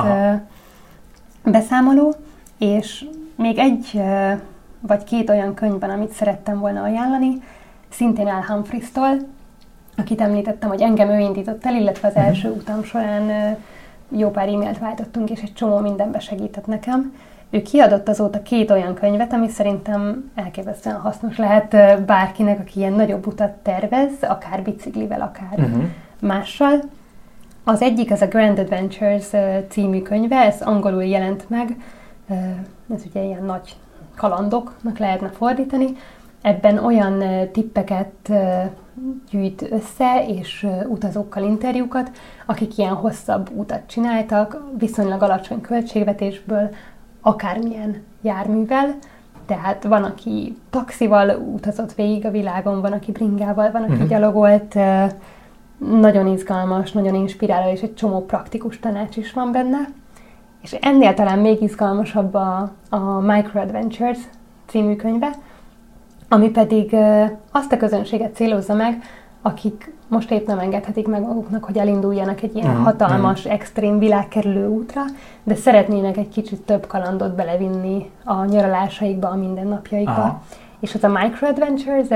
beszámoló, és még egy vagy két olyan könyvben, amit szerettem volna ajánlani, szintén Al Humphries-tól, akit említettem, hogy engem ő indított el, illetve az első utam során jó pár e-mailt váltottunk, és egy csomó mindenbe segített nekem. Ő kiadott azóta 2 olyan könyvet, ami szerintem elképesztően hasznos lehet bárkinek, aki ilyen nagyobb utat tervez, akár biciklivel, akár mással. Az egyik az a Grand Adventures című könyve, ez angolul jelent meg, ez ugye ilyen nagy kalandoknak lehetne fordítani. Ebben olyan tippeket gyűjt össze, és utazókkal interjúkat, akik ilyen hosszabb utat csináltak, viszonylag alacsony költségvetésből, akármilyen járművel. Tehát van, aki taxival utazott végig a világon, van, aki bringával, van, aki gyalogolt. Nagyon izgalmas, nagyon inspiráló, és egy csomó praktikus tanács is van benne. És ennél talán még izgalmasabb a Micro Adventures című könyve, ami pedig azt a közönséget célozza meg, akik most épp nem engedhetik meg maguknak, hogy elinduljanak egy ilyen hatalmas, extrém világkerülő útra, de szeretnének egy kicsit több kalandot belevinni a nyaralásaikba, a mindennapjaikba. És az a Micro Adventures,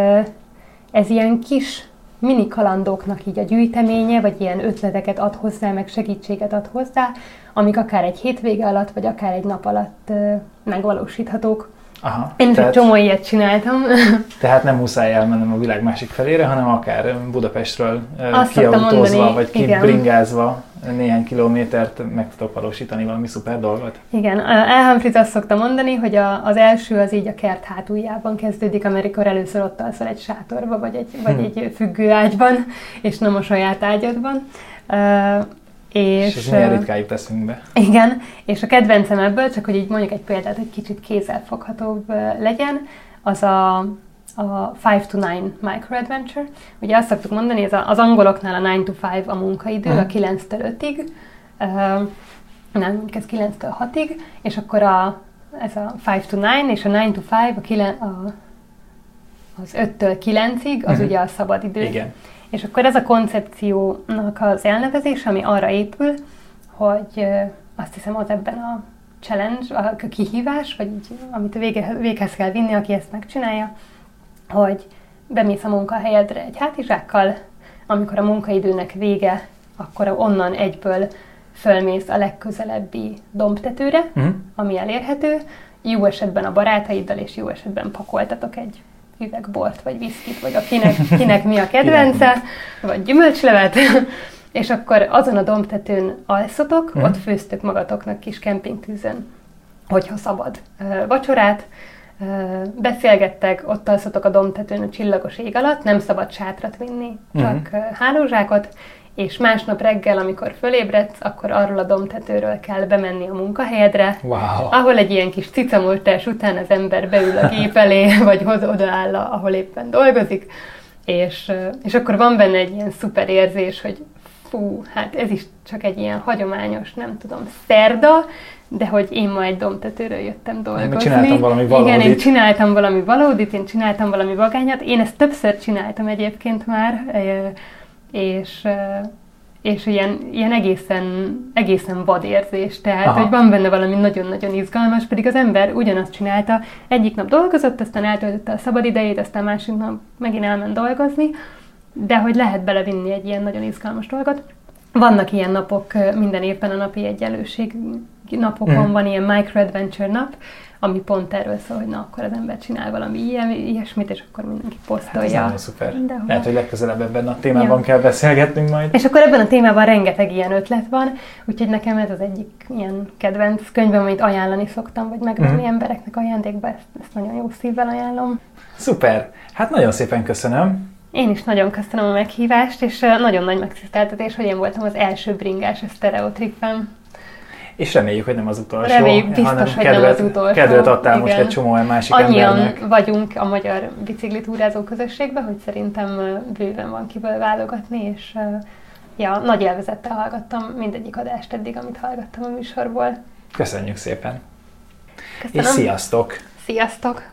ez ilyen kis mini kalandoknak így a gyűjteménye, vagy ilyen ötleteket ad hozzá, meg segítséget ad hozzá, amik akár egy hétvége alatt, vagy akár egy nap alatt megvalósíthatók. Én egy csomó ilyet csináltam. Tehát nem muszáj elmennem a világ másik felére, hanem akár Budapestről kiautózva, vagy kibringázva néhány kilométert meg tudok valósítani valami szuper dolgot. Igen, Al Humphries azt szokta mondani, hogy az első az így a kert hátuljában kezdődik, amikor először ott alszol egy sátorba, vagy egy függőágyban, és nem a saját ágyadban. És ez milyen ritkán jut eszünkbe. Igen, és a kedvencem ebből, csak hogy így mondjuk egy példát, hogy kicsit kézzelfoghatóbb legyen, az a 5 to 9 microadventure. Ugye azt szoktuk mondani, ez az angoloknál a 9 to 5 a munkaidő, a 9-től 5-ig, nem, mondjuk ez 9-től 6-ig, és akkor ez a 5 to 9 és a 9 to 5, az 5-től 9-ig, az ugye a szabadidő. Igen. És akkor ez a koncepciónak az elnevezés, ami arra épül, hogy azt hiszem az ebben a challenge, a kihívás, vagy így, amit véghez kell vinni, aki ezt megcsinálja, hogy bemész a munkahelyedre egy hátizsákkal, amikor a munkaidőnek vége, akkor onnan egyből fölmész a legközelebbi dombtetőre, ami elérhető, jó esetben a barátaiddal, és jó esetben pakoltatok egy üveg bort, vagy viszkit, vagy kinek mi a kedvence, vagy gyümölcslevet, és akkor azon a dombtetőn alszotok, ott főztök magatoknak kis kempingtűzön, hogyha szabad vacsorát, beszélgettek, ott alszotok a dombtetőn a csillagos ég alatt, nem szabad sátrat vinni, csak hálózsákot, és másnap reggel, amikor fölébredsz, akkor arról a dombtetőről kell bemenni a munkahelyedre, ahol egy ilyen kis cicamoltás után az ember beül a gép elé, vagy odaáll, ahol éppen dolgozik, és akkor van benne egy ilyen szuper érzés, hogy fú, hát ez is csak egy ilyen hagyományos, nem tudom, szerda, de hogy én ma egy dombtetőről jöttem dolgozni. Én csináltam valami valódit. Igen, én csináltam valami valódit, én csináltam valami vagányat. Én ezt többször csináltam egyébként már, és ilyen egészen vad érzés. Tehát, hogy van benne valami nagyon-nagyon izgalmas, pedig az ember ugyanazt csinálta. Egyik nap dolgozott, aztán eltöltötte a szabadidejét, aztán másik nap megint elment dolgozni, de hogy lehet belevinni egy ilyen nagyon izgalmas dolgot. Vannak ilyen napok minden évben, a napi egyenlőség napokon van ilyen microadventure nap, ami pont erről szól, hogy na, akkor az ember csinál valami ilyesmit, és akkor mindenki posztolja. Hát ez nagyon szuper. Lehet, hogy legközelebb ebben a témában kell beszélgetnünk majd. És akkor ebben a témában rengeteg ilyen ötlet van, úgyhogy nekem ez az egyik ilyen kedvenc könyvem, amit ajánlani szoktam, vagy megvenni embereknek ajándékba, ezt nagyon jó szívvel ajánlom. Szuper! Hát nagyon szépen köszönöm. Én is nagyon köszönöm a meghívást, és nagyon nagy megtiszteltetés, hogy én voltam az első bringás a sztereotrippen. És reméljük, hogy nem az utolsó. Reméljük, biztos, hogy nem az utolsó. Kedvet adtál most egy csomó másik annyian embernek. Vagyunk a magyar biciklitúrázó közösségben, hogy szerintem bőven van kiből válogatni, és nagy élvezettel hallgattam mindegyik adást eddig, amit hallgattam a műsorból. Köszönjük szépen. Köszönöm. És sziasztok! Sziasztok!